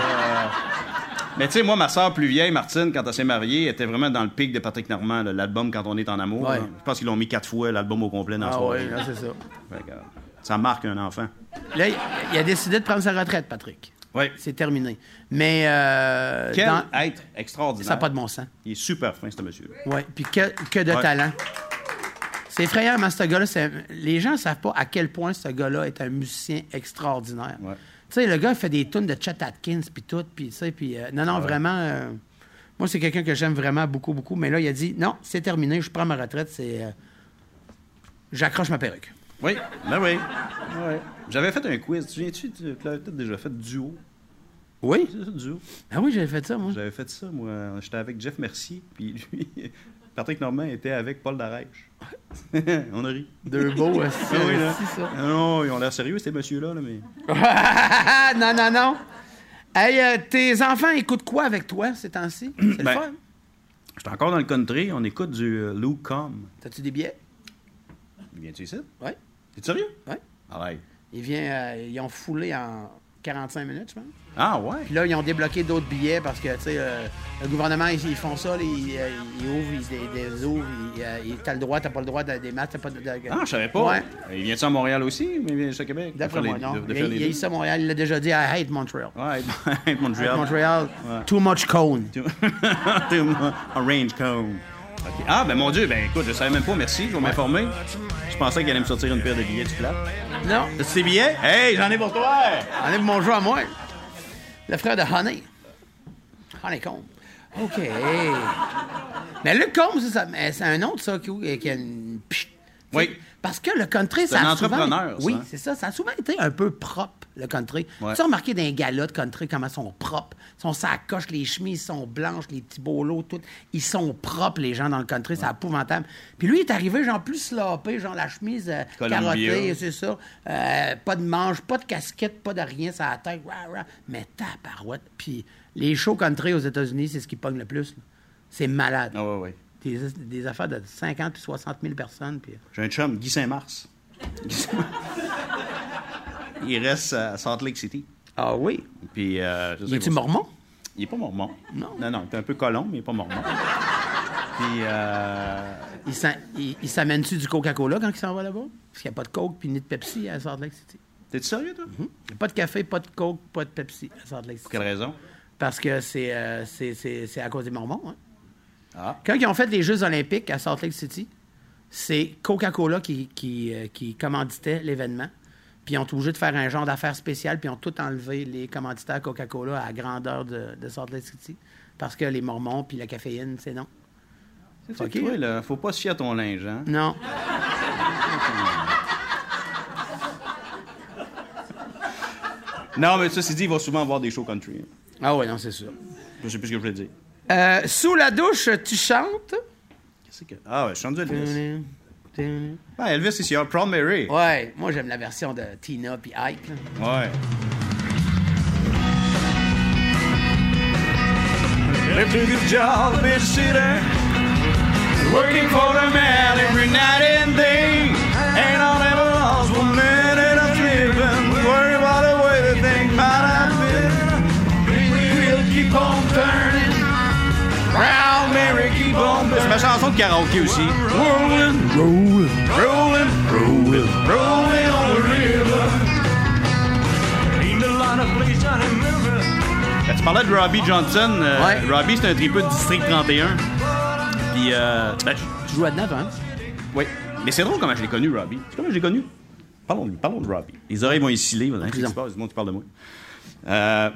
Mais tu sais, moi, ma soeur plus vieille, Martine, quand elle s'est mariée, était vraiment dans le pic de Patrick Normand, là, l'album Quand on est en amour. Ouais. là. Je pense qu'ils l'ont mis quatre fois, l'album au complet dans la Ah soirée. oui, là, c'est ça. Fait que, euh, ça marque un enfant. Là, il- il a décidé de prendre sa retraite, Patrick. Oui. C'est terminé. Mais, euh, Quel dans- être extraordinaire. ça n'a pas de bon sens. Il est super fin, ce monsieur. Oui, puis que, que de Ouais. talent. C'est effrayant, mais ce gars-là, c'est- les gens ne savent pas à quel point ce gars-là est un musicien extraordinaire. Ouais. Tu sais, le gars, il fait des tunes de Chet Atkins, puis tout, puis tu sais, puis... euh, non, non, vraiment... euh, moi, c'est quelqu'un que j'aime vraiment beaucoup, beaucoup, mais là, il a dit, non, c'est terminé, je prends ma retraite, c'est... euh, j'accroche ma perruque. Oui, ben oui. Ouais. J'avais fait un quiz. Tu viens-tu? Tu l'avais peut-être déjà fait duo. Oui? C'est ça, duo. Ah oui, j'avais fait ça, moi. J'avais fait ça, moi. J'étais avec Jeff Mercier, puis lui, Patrick Normand était avec Paul Darèche. On a ri. Deux beaux, euh, Ah oui, là. c'est ça. Ah non, ils ont l'air sérieux, ces messieurs-là, là, mais... non, non, non. Hey, euh, tes enfants écoutent quoi avec toi ces temps-ci? C'est le Ben, fun. J'étais encore dans le country, on écoute du euh, Luke Combs. T'as-tu des billets? Viens-tu ici? Oui. T'es sérieux? Oui. Arrête. Ils, viennent, euh, ils ont foulé en quarante-cinq minutes, je pense. Ah ouais? Puis là, ils ont débloqué d'autres billets parce que, tu sais, euh, le gouvernement, ils, ils font ça, là, ils, euh, ils ouvrent, ils des, des ouvrent, ils, euh, ils- t'as le droit, t'as pas le droit de, des masques, t'as pas de... de- Ah, je savais pas. Ouais. Il vient-tu à Montréal aussi, mais il vient à Québec? D'après De faire moi, les- non. de- de il, faire il, les il deux. est ici à Montréal, il l'a déjà dit, I hate Montreal. Ouais, hate Montréal. Montréal, Ouais. too much cone. Orange cone. Ok. Ah, ben mon Dieu, ben écoute, je savais même pas, merci, je vais m'informer. Je pensais qu'elle allait me sortir une paire de billets du plat. Non, T'as-tu tes billets? Hey, j'en ai pour toi! enlève mon jeu à moi. Le frère de Honey. Honeycomb. OK. Mais Luc Combs, c'est, ça, mais c'est un autre, ça, qui, qui a une... Oui. Parce que le country, c'est ça un a souvent... entrepreneur, ça. Oui, c'est ça. Ça a souvent été un peu propre, le country. Ouais. Tu as remarqué dans les galas de country comment ils sont propres. Ils sont sacoches, les chemises sont blanches, les petits bolos, tout. Ils sont propres, les gens dans le country. Ouais. C'est épouvantable. Puis lui, il est arrivé, genre, plus sloppé, genre la chemise euh, carottée, c'est ça. Euh, pas de manche, pas de casquette, pas de rien sur la tête. Rah, rah. Mais tabarouette. Puis les shows country aux États-Unis, c'est ce qui pogne le plus. Là. C'est malade. Ah, ouais, ouais. Des, des affaires de cinquante puis soixante mille personnes. Puis... J'ai un chum, Guy Saint-Mars. Il reste à Salt Lake City. Ah oui? Puis, euh, je sais il est-tu mormon? Il est pas mormon. Non. Non, non, il est un peu colon, mais il est pas mormon. Puis, euh... Il, s'en, il, il s'amène-tu du Coca-Cola quand il s'en va là-bas? Parce qu'il n'y a pas de Coke puis ni de Pepsi à Salt Lake City. T'es-tu sérieux, toi? Mm-hmm. Il n'y a pas de café, pas de Coke, pas de Pepsi à Salt Lake City. Pour quelle raison? Parce que c'est, euh, c'est, c'est, c'est à cause des Mormons. Hein? Ah. Quand ils ont fait les Jeux olympiques à Salt Lake City, c'est Coca-Cola qui, qui, euh, qui commanditait l'événement. Puis ils ont été obligés de faire un genre d'affaires spéciales, puis ils ont tout enlevé les commanditaires Coca-Cola à la grandeur de, de Salt Lake City. Parce que les Mormons puis la caféine, c'est non. C'est okay. Toi, là, faut pas se fier à ton linge, hein? Non. Non, mais ça, c'est dit, il va souvent avoir des shows country. Ah oui, non, c'est sûr. Je sais plus ce que je voulais dire. Euh, sous la douche, tu chantes? Qu'est-ce que... Ah ouais, je chante du Elvis. Ah, Elvis, c'est sur Proud Mary. Ouais, moi, j'aime la version de Tina puis Ike. Là. Ouais. Left a good job, been sitting, working for the man every night and day. And I'll never lost one minute of living. Worry about the way the thing might have been. We'll keep on turning. Proud Mary, keep on burning. C'est ma chanson de karaoké aussi. Rolling, rolling, rolling, rolling, rolling on the river. Ain't a lot of place on the river. Quand tu parlais de Robbie Johnson, euh, ouais. Robbie, c'est un tripeux de District trente et un. Puis, euh, ben, tu joues là-dedans, toi, hein? Oui. Mais c'est drôle comment je l'ai connu, Robbie. C'est comment je l'ai connu? Parlons de lui, parlons de Robbie. Les oreilles vont y sciller. Qu'est-ce qui se passe? Du monde qui parle de moi. Euh,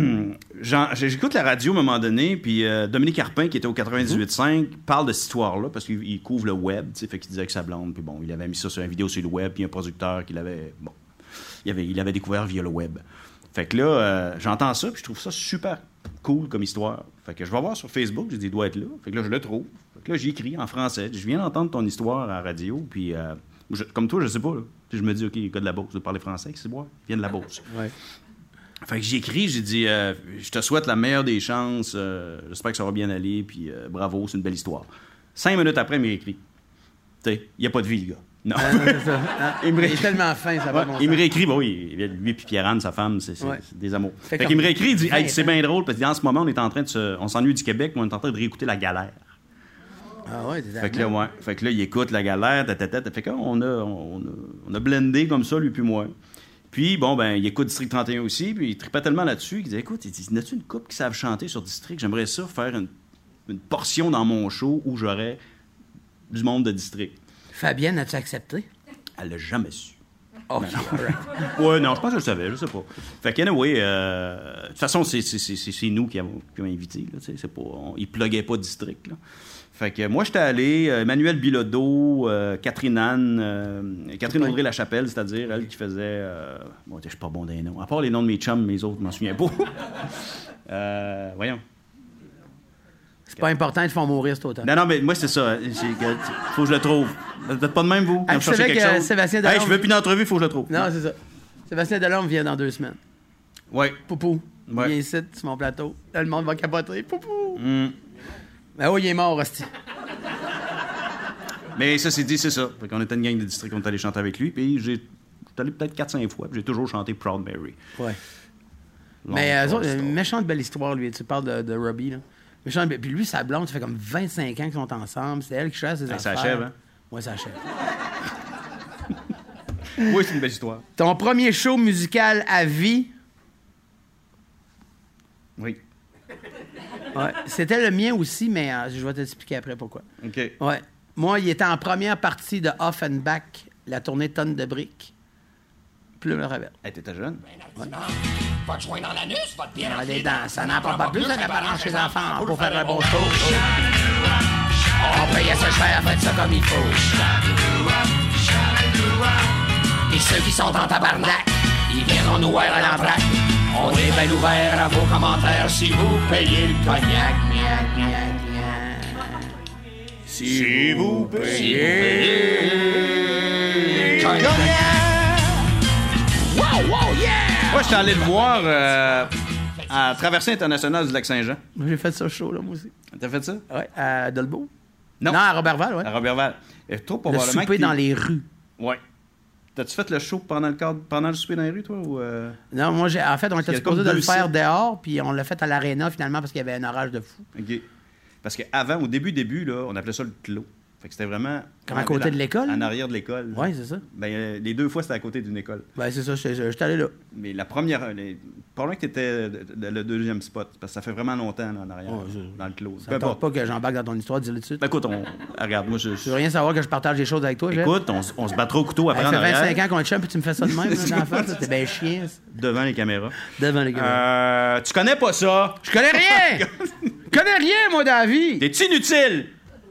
j'écoute la radio à un moment donné, puis euh, Dominique Carpin, qui était au quatre-vingt-dix-huit cinq, parle de cette histoire-là, parce qu'il couvre le web, tu sais, fait qu'il disait que sa blonde, puis bon, il avait mis ça sur une vidéo sur le web, puis un producteur qui l'avait, bon, il avait, il avait découvert via le web. Fait que là, euh, j'entends ça, puis je trouve ça super cool comme histoire. Fait que je vais voir sur Facebook, j'ai dit, il doit être là. Fait que là, je le trouve. Fait que là, j'écris en français. Je viens d'entendre ton histoire à la radio, puis euh, je, comme toi, je sais pas, là. Je me dis, OK, il y a de la Beauce, de parler français, c'est moi, il vient de la Beauce. Ouais. Fait que j'écris, j'ai dit, euh, je te souhaite la meilleure des chances, euh, j'espère que ça va bien aller, puis euh, bravo, c'est une belle histoire. Cinq minutes après, il m'a écrit. Tu sais, il n'y a pas de vie, le gars. Non. Ah, non c'est ça. Ah, il, me ré... il est tellement fin, ça va ouais, bon Il me réécrit, bah oui, lui et Pierre-Anne, sa femme, c'est, c'est, ouais. c'est des amours. Fait, fait qu'il me réécrit, il dit, hey, c'est bien drôle, parce qu'en ce moment, on est en train de se, on s'ennuie du Québec, mais on est en train de réécouter La Galère. Ah ouais, c'est fait que là, ouais. Fait que là, il écoute La Galère, tata, fait qu'on a, on a, on a blendé comme ça, lui puis moi. Puis, bon, ben, il écoute District trente et un aussi, puis il tripait tellement là-dessus qu'il disait, écoute, il dit, n'as-tu une couple qui savent chanter sur District? J'aimerais ça faire une, une portion dans mon show où j'aurais du monde de District. Fabienne, as-tu accepté? Elle l'a jamais su. OK, all right. Ouais, non, je pense que je le savais, je sais pas. Fait que, anyway, euh, de toute façon, c'est, c'est, c'est, c'est nous qui avons, qui avons invité, là, tu sais, c'est pas, on, ils pluguaient pas District, là. Fait que moi, j'étais allé, euh, Emmanuel Bilodeau, euh, Catherine Anne, euh, Catherine Audrey-Lachapelle, c'est-à-dire elle qui faisait... Euh, bon, je suis pas bon des noms. À part les noms de mes chums, mes autres, je m'en souviens pas. euh, voyons. C'est pas important, ils te font mourir, cet automne. Non, non, mais moi, c'est ça. Il faut que je le trouve. Vous n'êtes pas de même, vous? Ah, je savais que chose? Sébastien Delorme... Hey, je veux plus d'entrevue, il faut que je le trouve. Non, c'est ça. Sébastien Delorme vient dans deux semaines. Oui. Poupou. Ouais. Il vient ici, sur mon plateau. Là, le monde va capoter. Poupou. Mm. Ben oui, il est mort, hostie. Mais ça, c'est dit, c'est ça. Fait qu'on était une gang de district, on est allé chanter avec lui. Puis j'ai... J'étais allé peut-être quatre cinq fois. Puis j'ai toujours chanté Proud Mary. Ouais. Long Mais euh, autres, une méchante belle histoire, lui. Tu parles de, de Robbie, là. Méchante belle... Puis lui, sa blonde, ça fait comme vingt-cinq ans qu'ils sont ensemble. C'est elle qui chasse ses ben, affaires. Ça achève, hein? Ouais, ça achève. Oui, c'est une belle histoire. Ton premier show musical à vie? Oui. Ouais. C'était le mien aussi, mais euh, je vais t'expliquer après pourquoi. OK. Ouais. Moi, il était en première partie de Offenbach, la tournée Tonne de briques. Plume le rebelle. Hey, t'étais jeune? Ouais. Pas de joint dans l'anus, va te bien dans les dents. Ça n'en prend pas plus, ça n'a pas branché les enfants pour faire un bon show. faire, faites ça comme il faut. Et ceux qui sont en tabarnak, ils viendront nous voir à l'entraque. On est bien ouvert à vos commentaires si vous payez le cognac. Gnac, gnac, gnac. Si vous payez le cognac. Wow, wow, yeah! Moi, je suis allé le voir euh, à Traversée internationale du Lac-Saint-Jean. J'ai fait ça chaud, là, moi aussi. T'as fait ça? Ouais, à Dolbeau? Non. Non, à Robertval, ouais. À Robertval. Et toi, Le probablement souper que dans t'es- les rues. Ouais. T'as-tu fait le show pendant le cadre, pendant le souper dans les rues, toi? Ou euh... Non, moi, j'ai, en fait, on qu'il y était a comme supposé de deux le faire sites. dehors, puis on l'a fait à l'aréna, finalement, parce qu'il y avait un orage de fou. OK. Parce qu'avant, au début, début, là, on appelait ça le clos. Fait que c'était vraiment... Comme à côté de l'école? En arrière de l'école. Oui, c'est ça. Ben, euh, les deux fois, c'était à côté d'une école. Ben, c'est ça, j'étais j'étais allé là. Mais la première... Les... Probablement que t'étais le deuxième spot, parce que ça fait vraiment longtemps, là, en arrière, Ouais, je- dans le clos. Ça ne tente pas que j'embarque dans ton histoire, dis-le tout de suite. Ben, écoute, on... regarde, moi, je... Tu veux rien savoir que je partage des choses avec toi, Jeff? Écoute, on, s- on se battra au couteau après Ça en fait arrière, vingt-cinq ans qu'on est chum, puis tu me fais ça de même, là, dans la face. T'es bien chien, ça. devant les caméras. Devant les gars. Euh... Tu connais pas ça? Je connais rien! Je connais rien, moi, dans la vie! T'es inutile!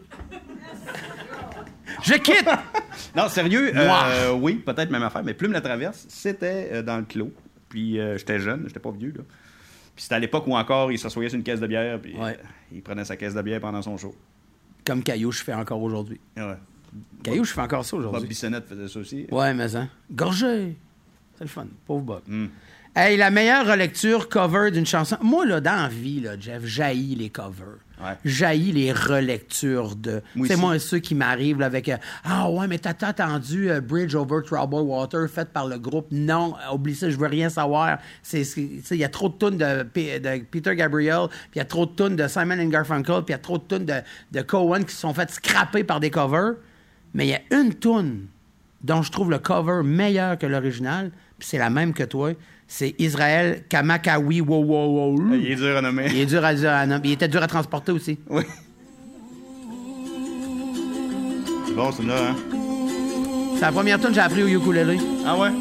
Je quitte! Non, sérieux, Noir. euh, oui, peut-être même affaire, mais Plume la Traverse, c'était euh, dans le clos. Puis euh, j'étais jeune, j'étais pas vieux, là. Puis c'était à l'époque où encore il s'assoyait sur une caisse de bière, puis Ouais. euh, il prenait sa caisse de bière pendant son show. Comme Caillou, je fais encore aujourd'hui. Ouais. Caillou, je fais encore ça Bob aujourd'hui. Bissonnette faisait ça aussi. Ouais, mais hein. Gorgé! C'est le fun. Pauvre Bob. Mm. Hey, la meilleure relecture cover d'une chanson. Moi, là, dans la vie, là, Jeff, j'haïs les covers. Ouais. J'haïs les relectures de. Moi C'est aussi. moi, ceux qui m'arrivent là, avec. euh, ah ouais, mais t'as t'as entendu euh, Bridge Over Troubled Water fait par le groupe. Non, oublie ça, je veux rien savoir. C'est, c'est- tu sais, il y a trop de tunes de, P- de Peter Gabriel, puis il y a trop de tunes de Simon and Garfunkel, puis il y a trop de tunes de, de Cohen qui se sont fait scraper par des covers. Mais il y a une tune dont je trouve le cover meilleur que l'original, puis c'est la même que toi. C'est Israël Kamakawi Wow Wow Wow. Il est dur à nommer. Il est dur à, dur à nom- il était dur à transporter aussi. Oui. C'est bon, c'est là, hein? C'est la première tune que j'ai appris au ukulélé. Ah ouais?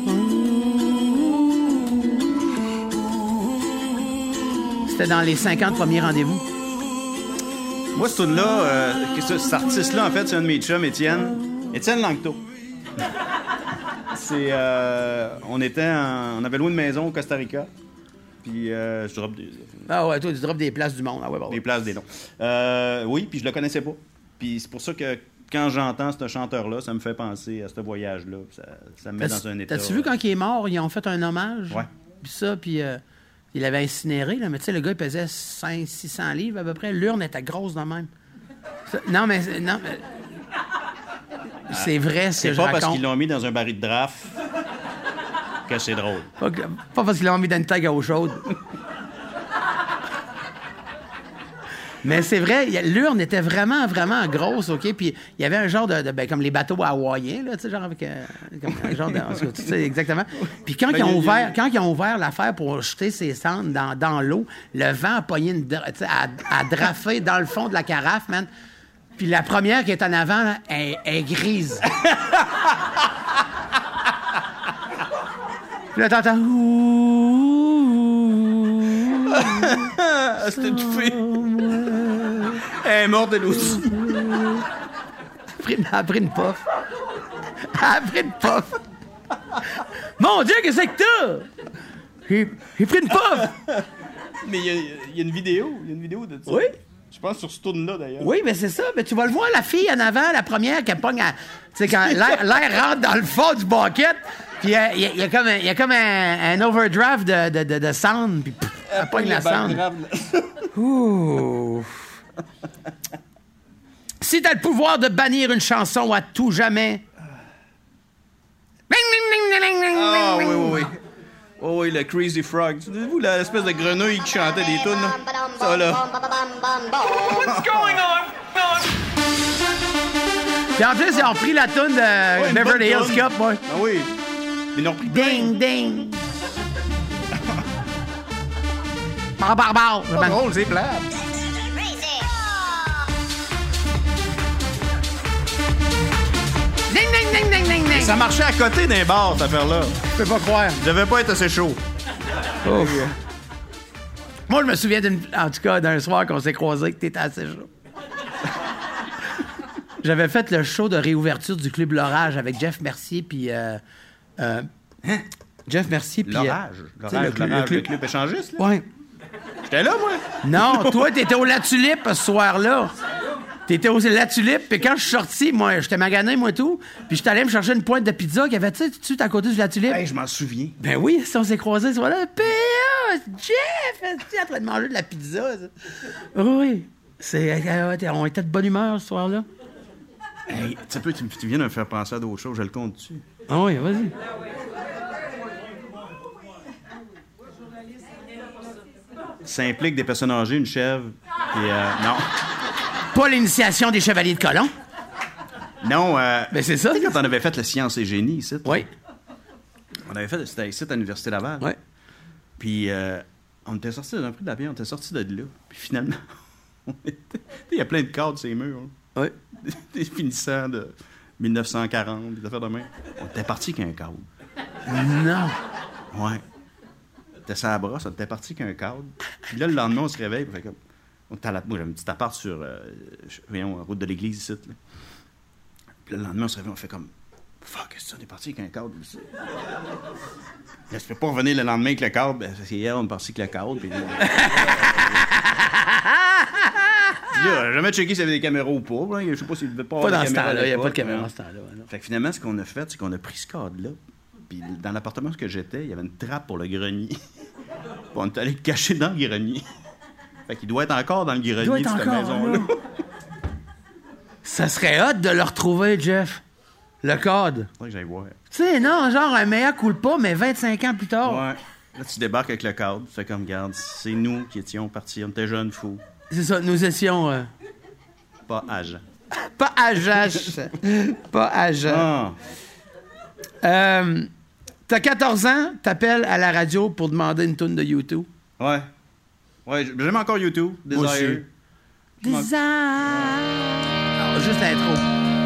C'était dans les cinquante premiers rendez-vous. Moi, ce tune-là, euh, qu'est-ce que c'est- cet artiste-là, en fait, c'est un de mes chums, Étienne. Étienne Langto. C'est... euh, on était en- on avait loué une maison au Costa Rica. Puis euh, je drop des, Ah ouais, toi, tu drops des places du monde. Ah ouais, bon. des places, des noms. Euh, oui, puis je le connaissais pas. Puis c'est pour ça que quand j'entends ce chanteur-là, ça me fait penser à ce voyage-là. Ça, ça me met T'as- dans un état... T'as-tu vu quand il est mort, ils ont fait un hommage? Ouais. Puis ça, puis euh, il l'avait incinéré, là. Mais tu sais, le gars, il pesait cinq cents six cents livres à peu près. L'urne était grosse de même. Ça- non, mais... Non, mais... C'est vrai, ce que C'est je pas raconte. parce qu'ils l'ont mis dans un baril de draft que c'est drôle. Pas, que- pas parce qu'ils l'ont mis dans une taille à eau chaude. Mais c'est vrai, il y a- l'urne était vraiment, vraiment grosse, OK? Puis il y avait un genre de... de- ben, comme les bateaux hawaïens, là, tu sais, genre avec... euh, comme un genre de... en tout cas, tu sais, exactement. Puis quand, Ben, ils ont il y a- ouvert, quand ils ont ouvert l'affaire pour jeter ses cendres dans, dans l'eau, le vent a pogné une... dra- tu sais, a, a drafé dans le fond de la carafe, man. Puis la première qui est en avant, là, elle, elle est grise. Puis là, t'entends... Ah, c'était une fille. Elle est morte de l'outil. Elle a pris- elle a pris une puff. Elle a pris une puff. Mon Dieu, qu'est-ce que t'as? J'ai j'ai pris une puff. Mais il y, a- il y a une vidéo. Il y a une vidéo de ça. Oui? Je pense sur ce tourne-là, d'ailleurs. Oui, mais c'est ça. Mais tu vas le voir, la fille en avant, la première qui pogne à... Tu sais, quand l'air l'air rentre dans le fond du bucket, puis euh, il y, a- il y a comme un, il y a comme un, un overdraft de, de, de, de sound, puis pff, elle pogne la sound. Ouh. Si t'as le pouvoir de bannir une chanson à tout jamais... Ah, oui, oui, oui. Oh, oui, le Crazy Frog. Vous l'espèce de grenouille qui chantait des tunes, là? Ça, là. Puis en plus, ils ont repris la toune de Ouais, une Beverly bonne Hills toune. Cup, ouais. Ah oui. Ils n'ont repris plein. Ding, ding. Bar, bar, bar. Pas drôle, c'est plate. Ding, ding, ding, ding, ding, ding. Ça marchait à côté d'un bar, cette affaire-là. Je peux pas croire. Je devais pas être assez chaud. Moi, je me souviens d'une, en tout cas, d'un soir qu'on s'est croisés que t'étais assez chaud. J'avais fait le show de réouverture du Club L'Orage avec Jeff Mercier, puis... Euh, euh, Hein? Jeff Mercier, puis... L'orage. euh, L'orage, tu sais, le club- l'orage, le club- le club échangiste, là. Ouais. J'étais là, moi. Non, toi, t'étais au La Tulipe ce soir-là. T'étais au La Tulipe, puis quand je suis sorti, moi, j'étais magané, moi, tout, puis j'étais allé me chercher une pointe de pizza qui avait, tu sais, tout de suite à côté du La Tulipe. Hey, je m'en souviens. Ben oui, si on s'est croisés ce soir-là, P A, Jeff, tu es en train de manger de la pizza. Ça. Oui, c'est, euh, on était de bonne humeur ce soir-là. Hey, tu peux, tu, tu viens de me faire penser à d'autres choses, je le compte dessus. Ah oui, vas-y. Ça implique des personnes âgées, une chèvre, puis euh, non. Pas l'initiation des Chevaliers de Colomb. Non, euh... Ben c'est ça. Tu sais, quand on avait fait le Sciences et Génie ici. Oui. On avait fait, c'était ici à l'Université Laval. Oui. Puis, euh, on était sortis d'un prix de la bière, on était sortis de là. Puis finalement, on était... il y a plein de cadres sur les murs. Hein. Oui. Des finissants de mille neuf cent quarante, des affaires de main. On était partis qu'un cadre. Non. Ouais. On était sur la brosse, on était partis qu'un cadre. Puis là, le lendemain, on se réveille, puis on fait comme... On était à la... Moi, j'avais un petit appart sur, euh, voyons, la route de l'église ici. Là. Puis là, le lendemain, on se réveille, on fait comme... Fuck, qu'est-ce que ça, on est parti avec un cadre ici. Là, tu peux pas revenir le lendemain avec le cadre. Ben, c'est hier, on est parti avec le cadre. Puis là, puis là, jamais checké s'il y avait des caméras ou pas. Là. Je sais pas s'il devait pas Pas avoir dans de ce caméras. temps-là, il n'y a pas de caméra caméra dans ce temps-là. Ouais, non. Fait que finalement, ce qu'on a fait, c'est qu'on a pris ce cadre-là. Puis dans l'appartement où j'étais, il y avait une trappe pour le grenier. Puis on est allé le cacher dans le grenier. Fait qu'il doit être encore dans le grenier doit de être cette encore maison-là. là. Ça serait hot de le retrouver, Jeff. Le code. Faudrait que j'aille voir. Tu sais, non, genre un meilleur coule pas, mais vingt-cinq ans plus tard. Ouais. Là, tu débarques avec le cadre. Tu fais comme, garde, c'est nous qui étions partis. On était jeunes fous. C'est ça, nous étions... euh, Pas agents. pas à Jache. Pas à Jache. Ah! Euh, t'as quatorze ans, t'appelles à la radio pour demander une toune de YouTube. Ouais. Ouais, j'aime encore YouTube. Moi aussi. Desire. Desire. Non, juste l'intro.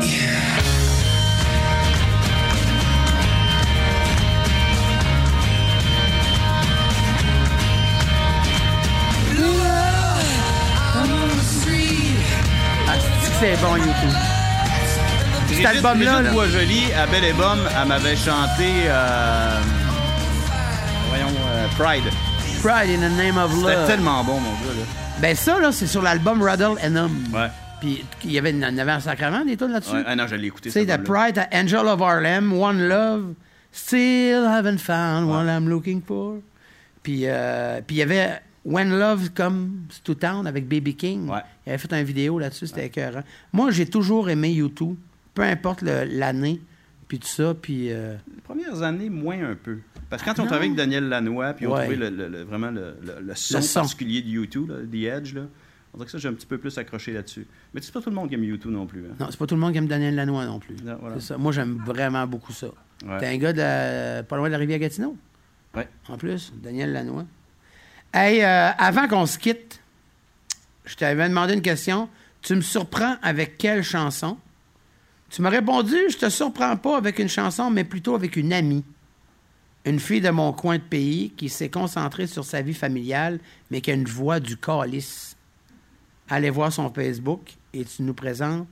Ah, c'est bon, YouTube. Cet album-là, là. Boisjoli, à Belle et Bomme, elle m'avait chanté, euh, voyons, euh, Pride. Pride in the Name of C'était Love. tellement bon, mon gars, là. Ben ça, là, c'est sur l'album Rattle and Hum. Ouais. Puis il y avait, il y en avait un sacrement des tunes là-dessus. Ouais. Ah non, je l'ai écouté. Tu sais, cet The album-là. Pride, Angel of Harlem, One Love, Still Haven't Found What I'm Looking For. Puis euh, puis il y avait When Love Comes to Town avec Baby King. Ouais. Il avait fait une vidéo là-dessus, c'était écœurant. Moi, j'ai toujours aimé U deux, peu importe le- l'année, puis tout ça, puis... euh, Les premières années, moins un peu. Parce que quand on non. travaillait avec Daniel Lanois, puis on Ouais. trouvait le, le- le- vraiment le, le- le son, Le son. particulier de U deux, là, The Edge, là, on dirait que ça, j'ai un petit peu plus accroché là-dessus. Mais c'est pas tout le monde qui aime U deux non plus. Hein. Non, c'est pas tout le monde qui aime Daniel Lanois non plus. Non, voilà. C'est ça. Moi, j'aime vraiment beaucoup ça. Ouais. T'es un gars de la- pas loin de la rivière Gatineau. Ouais. En plus, Daniel Lanois. Hey, euh, avant qu'on se quitte, je t'avais demandé une question. Tu me surprends avec quelle chanson? Tu m'as répondu, je te surprends pas avec une chanson, mais plutôt avec une amie. Une fille de mon coin de pays qui s'est concentrée sur sa vie familiale, mais qui a une voix du calice. Allez voir son Facebook et tu nous présentes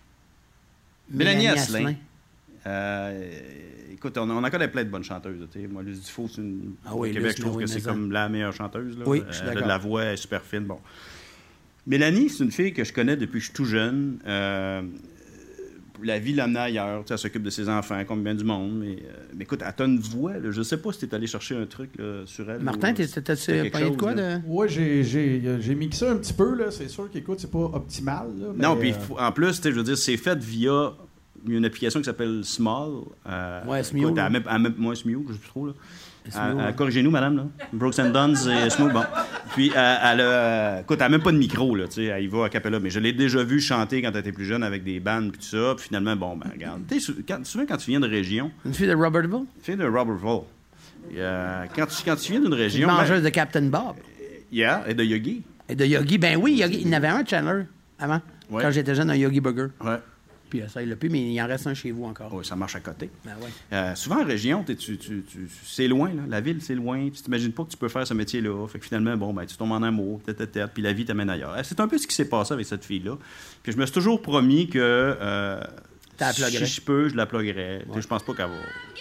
Mélanie Asselin. Euh, écoute, on, on en connaît plein de bonnes chanteuses. Tu sais. Moi, Luce Dufault, c'est une... Ah oui, au Québec, Luce, je trouve oui, que c'est mais ça. comme la meilleure chanteuse. Là. Oui, je suis Elle a de d'accord. la voix, elle est super fine. Bon. Mélanie, c'est une fille que je connais depuis que je suis tout jeune. Euh, la vie l'amène ailleurs. Tu sais, elle s'occupe de ses enfants, comme bien du monde. Mais, euh, mais écoute, elle a une voix. Là. Je sais pas si tu es allé chercher un truc là, sur elle. Martin, ou, t'es- c'était t'as-tu quelque pogné de chose, quoi? là. De... Ouais, j'ai, j'ai, euh, j'ai mixé un petit peu, là. C'est sûr qu'écoute, c'est pas optimal, là. Non, mais, puis euh, faut- en plus, tu sais, je veux dire, c'est fait via une application qui s'appelle Small. Euh, Ouais, écoute, Smule. elle a même, elle a même, moi, Smule, je sais plus trop, là. Smule, Euh, euh, ouais. Corrigez-nous, madame, là. Brooks and Duns et Smule, bon. Puis, euh, elle a... Écoute, elle a même pas de micro, là, tu sais. Elle y va a cappella. Mais je l'ai déjà vu chanter quand elle était plus jeune avec des bandes puis tout ça. Puis finalement, bon, ben, regarde. Tu sais, sou- quand, souvent, quand tu viens de région, Une fille de Robertville? tu viens de Robertville. Et, euh, quand, tu, quand tu viens d'une Une région... mangeuse ben, de Captain Bob. yeah, et de Yogi. Et de Yogi. Ben oui, Yogi. Il y en avait un Chandler avant. Ouais. Quand j'étais jeune, un Yogi Burger. Ouais. Puis ça, il l'a plus, mais il en reste un chez vous encore. Oui, ça marche à côté. Ben ouais. Euh, souvent, en région, tu, tu, tu, tu, c'est loin, là. La ville, c'est loin. Tu t'imagines pas que tu peux faire ce métier-là. Fait que finalement, bon, ben, tu tombes en amour, tête à tête, puis la vie t'amène ailleurs. C'est un peu ce qui s'est passé avec cette fille-là. Puis je me suis toujours promis que euh, si je peux, je la pluguerais. Ouais. Je pense pas qu'elle va...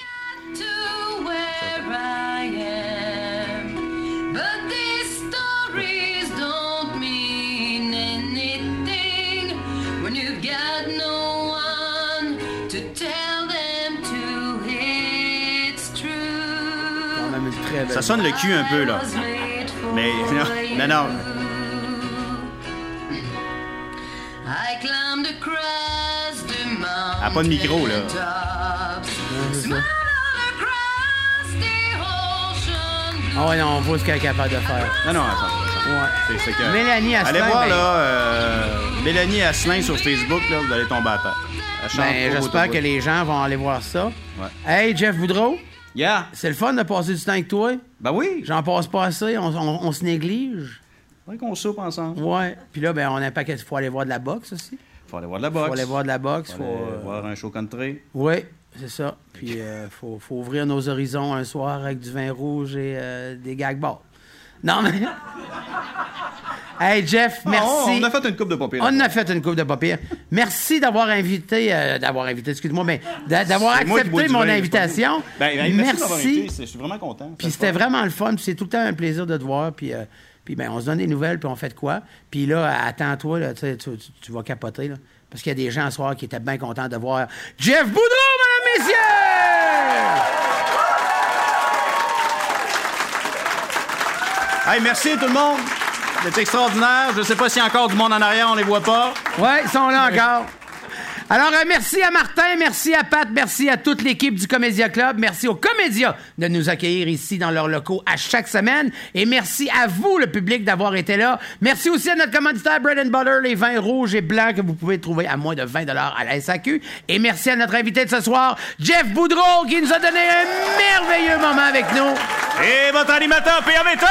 Ça sonne le cul un peu, là. Mais non, non, non. Elle n'a pas de micro, là. Ah ouais, non, on voit ce qu'elle est capable de faire. Non, non, attends. Ouais. C'est, c'est que... Mélanie Asselin. Allez voir, ben... là, euh, Mélanie Asselin sur Facebook, là, vous allez tomber à terre. Ben, j'espère que les gens vont aller voir ça. Ouais. Hey, Jeff Boudreau. Yeah. C'est le fun de passer du temps avec toi. Ben oui. J'en passe pas assez, on, on, on se néglige. Faudrait qu'on soupe ensemble. Ouais. Puis là, ben, on a un paquet. Il faut aller voir de la boxe aussi. Faut aller voir de la boxe. Faut aller voir de la boxe. Faut, faut aller euh... voir un show country. Oui, c'est ça. Puis il euh, faut, faut ouvrir nos horizons un soir avec du vin rouge et euh, des gag balls. Non, mais... Hey, Jeff, merci. Oh, on a fait une coupe de papier. On a fait une coupe de papier. Merci d'avoir invité, euh, d'avoir invité, excuse-moi, mais d'avoir accepté mon invitation. Ben, ben, merci. Merci. Je suis vraiment content. Puis c'était vraiment le fun. Puis c'est tout le temps un plaisir de te voir. Puis, euh, puis ben, on se donne des nouvelles, puis on fait de quoi. Puis là, attends-toi, là, tu, tu, tu vas capoter, là. Parce qu'il y a des gens ce soir qui étaient bien contents de voir Jeff Boudreau, mesdames, messieurs! Hey, merci tout le monde. C'est extraordinaire. Je ne sais pas s'il y a encore du monde en arrière, on les voit pas. Oui, ils sont là encore. Alors, euh, merci à Martin, merci à Pat, merci à toute l'équipe du Comédia Club, merci aux Comédias de nous accueillir ici dans leurs locaux à chaque semaine, et merci à vous, le public, d'avoir été là. Merci aussi à notre commanditaire Bread and Butter, les vins rouges et blancs que vous pouvez trouver à moins de vingt dollars à la S A Q. Et merci à notre invité de ce soir, Jeff Boudreau, qui nous a donné un merveilleux moment avec nous. Et votre animateur, P A Méthode!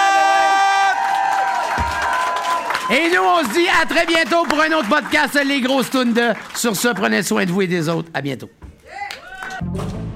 Et nous, on se dit à très bientôt pour un autre podcast, Les Grosses Tunes de. Sur ce, prenez soin de vous et des autres. À bientôt. Yeah!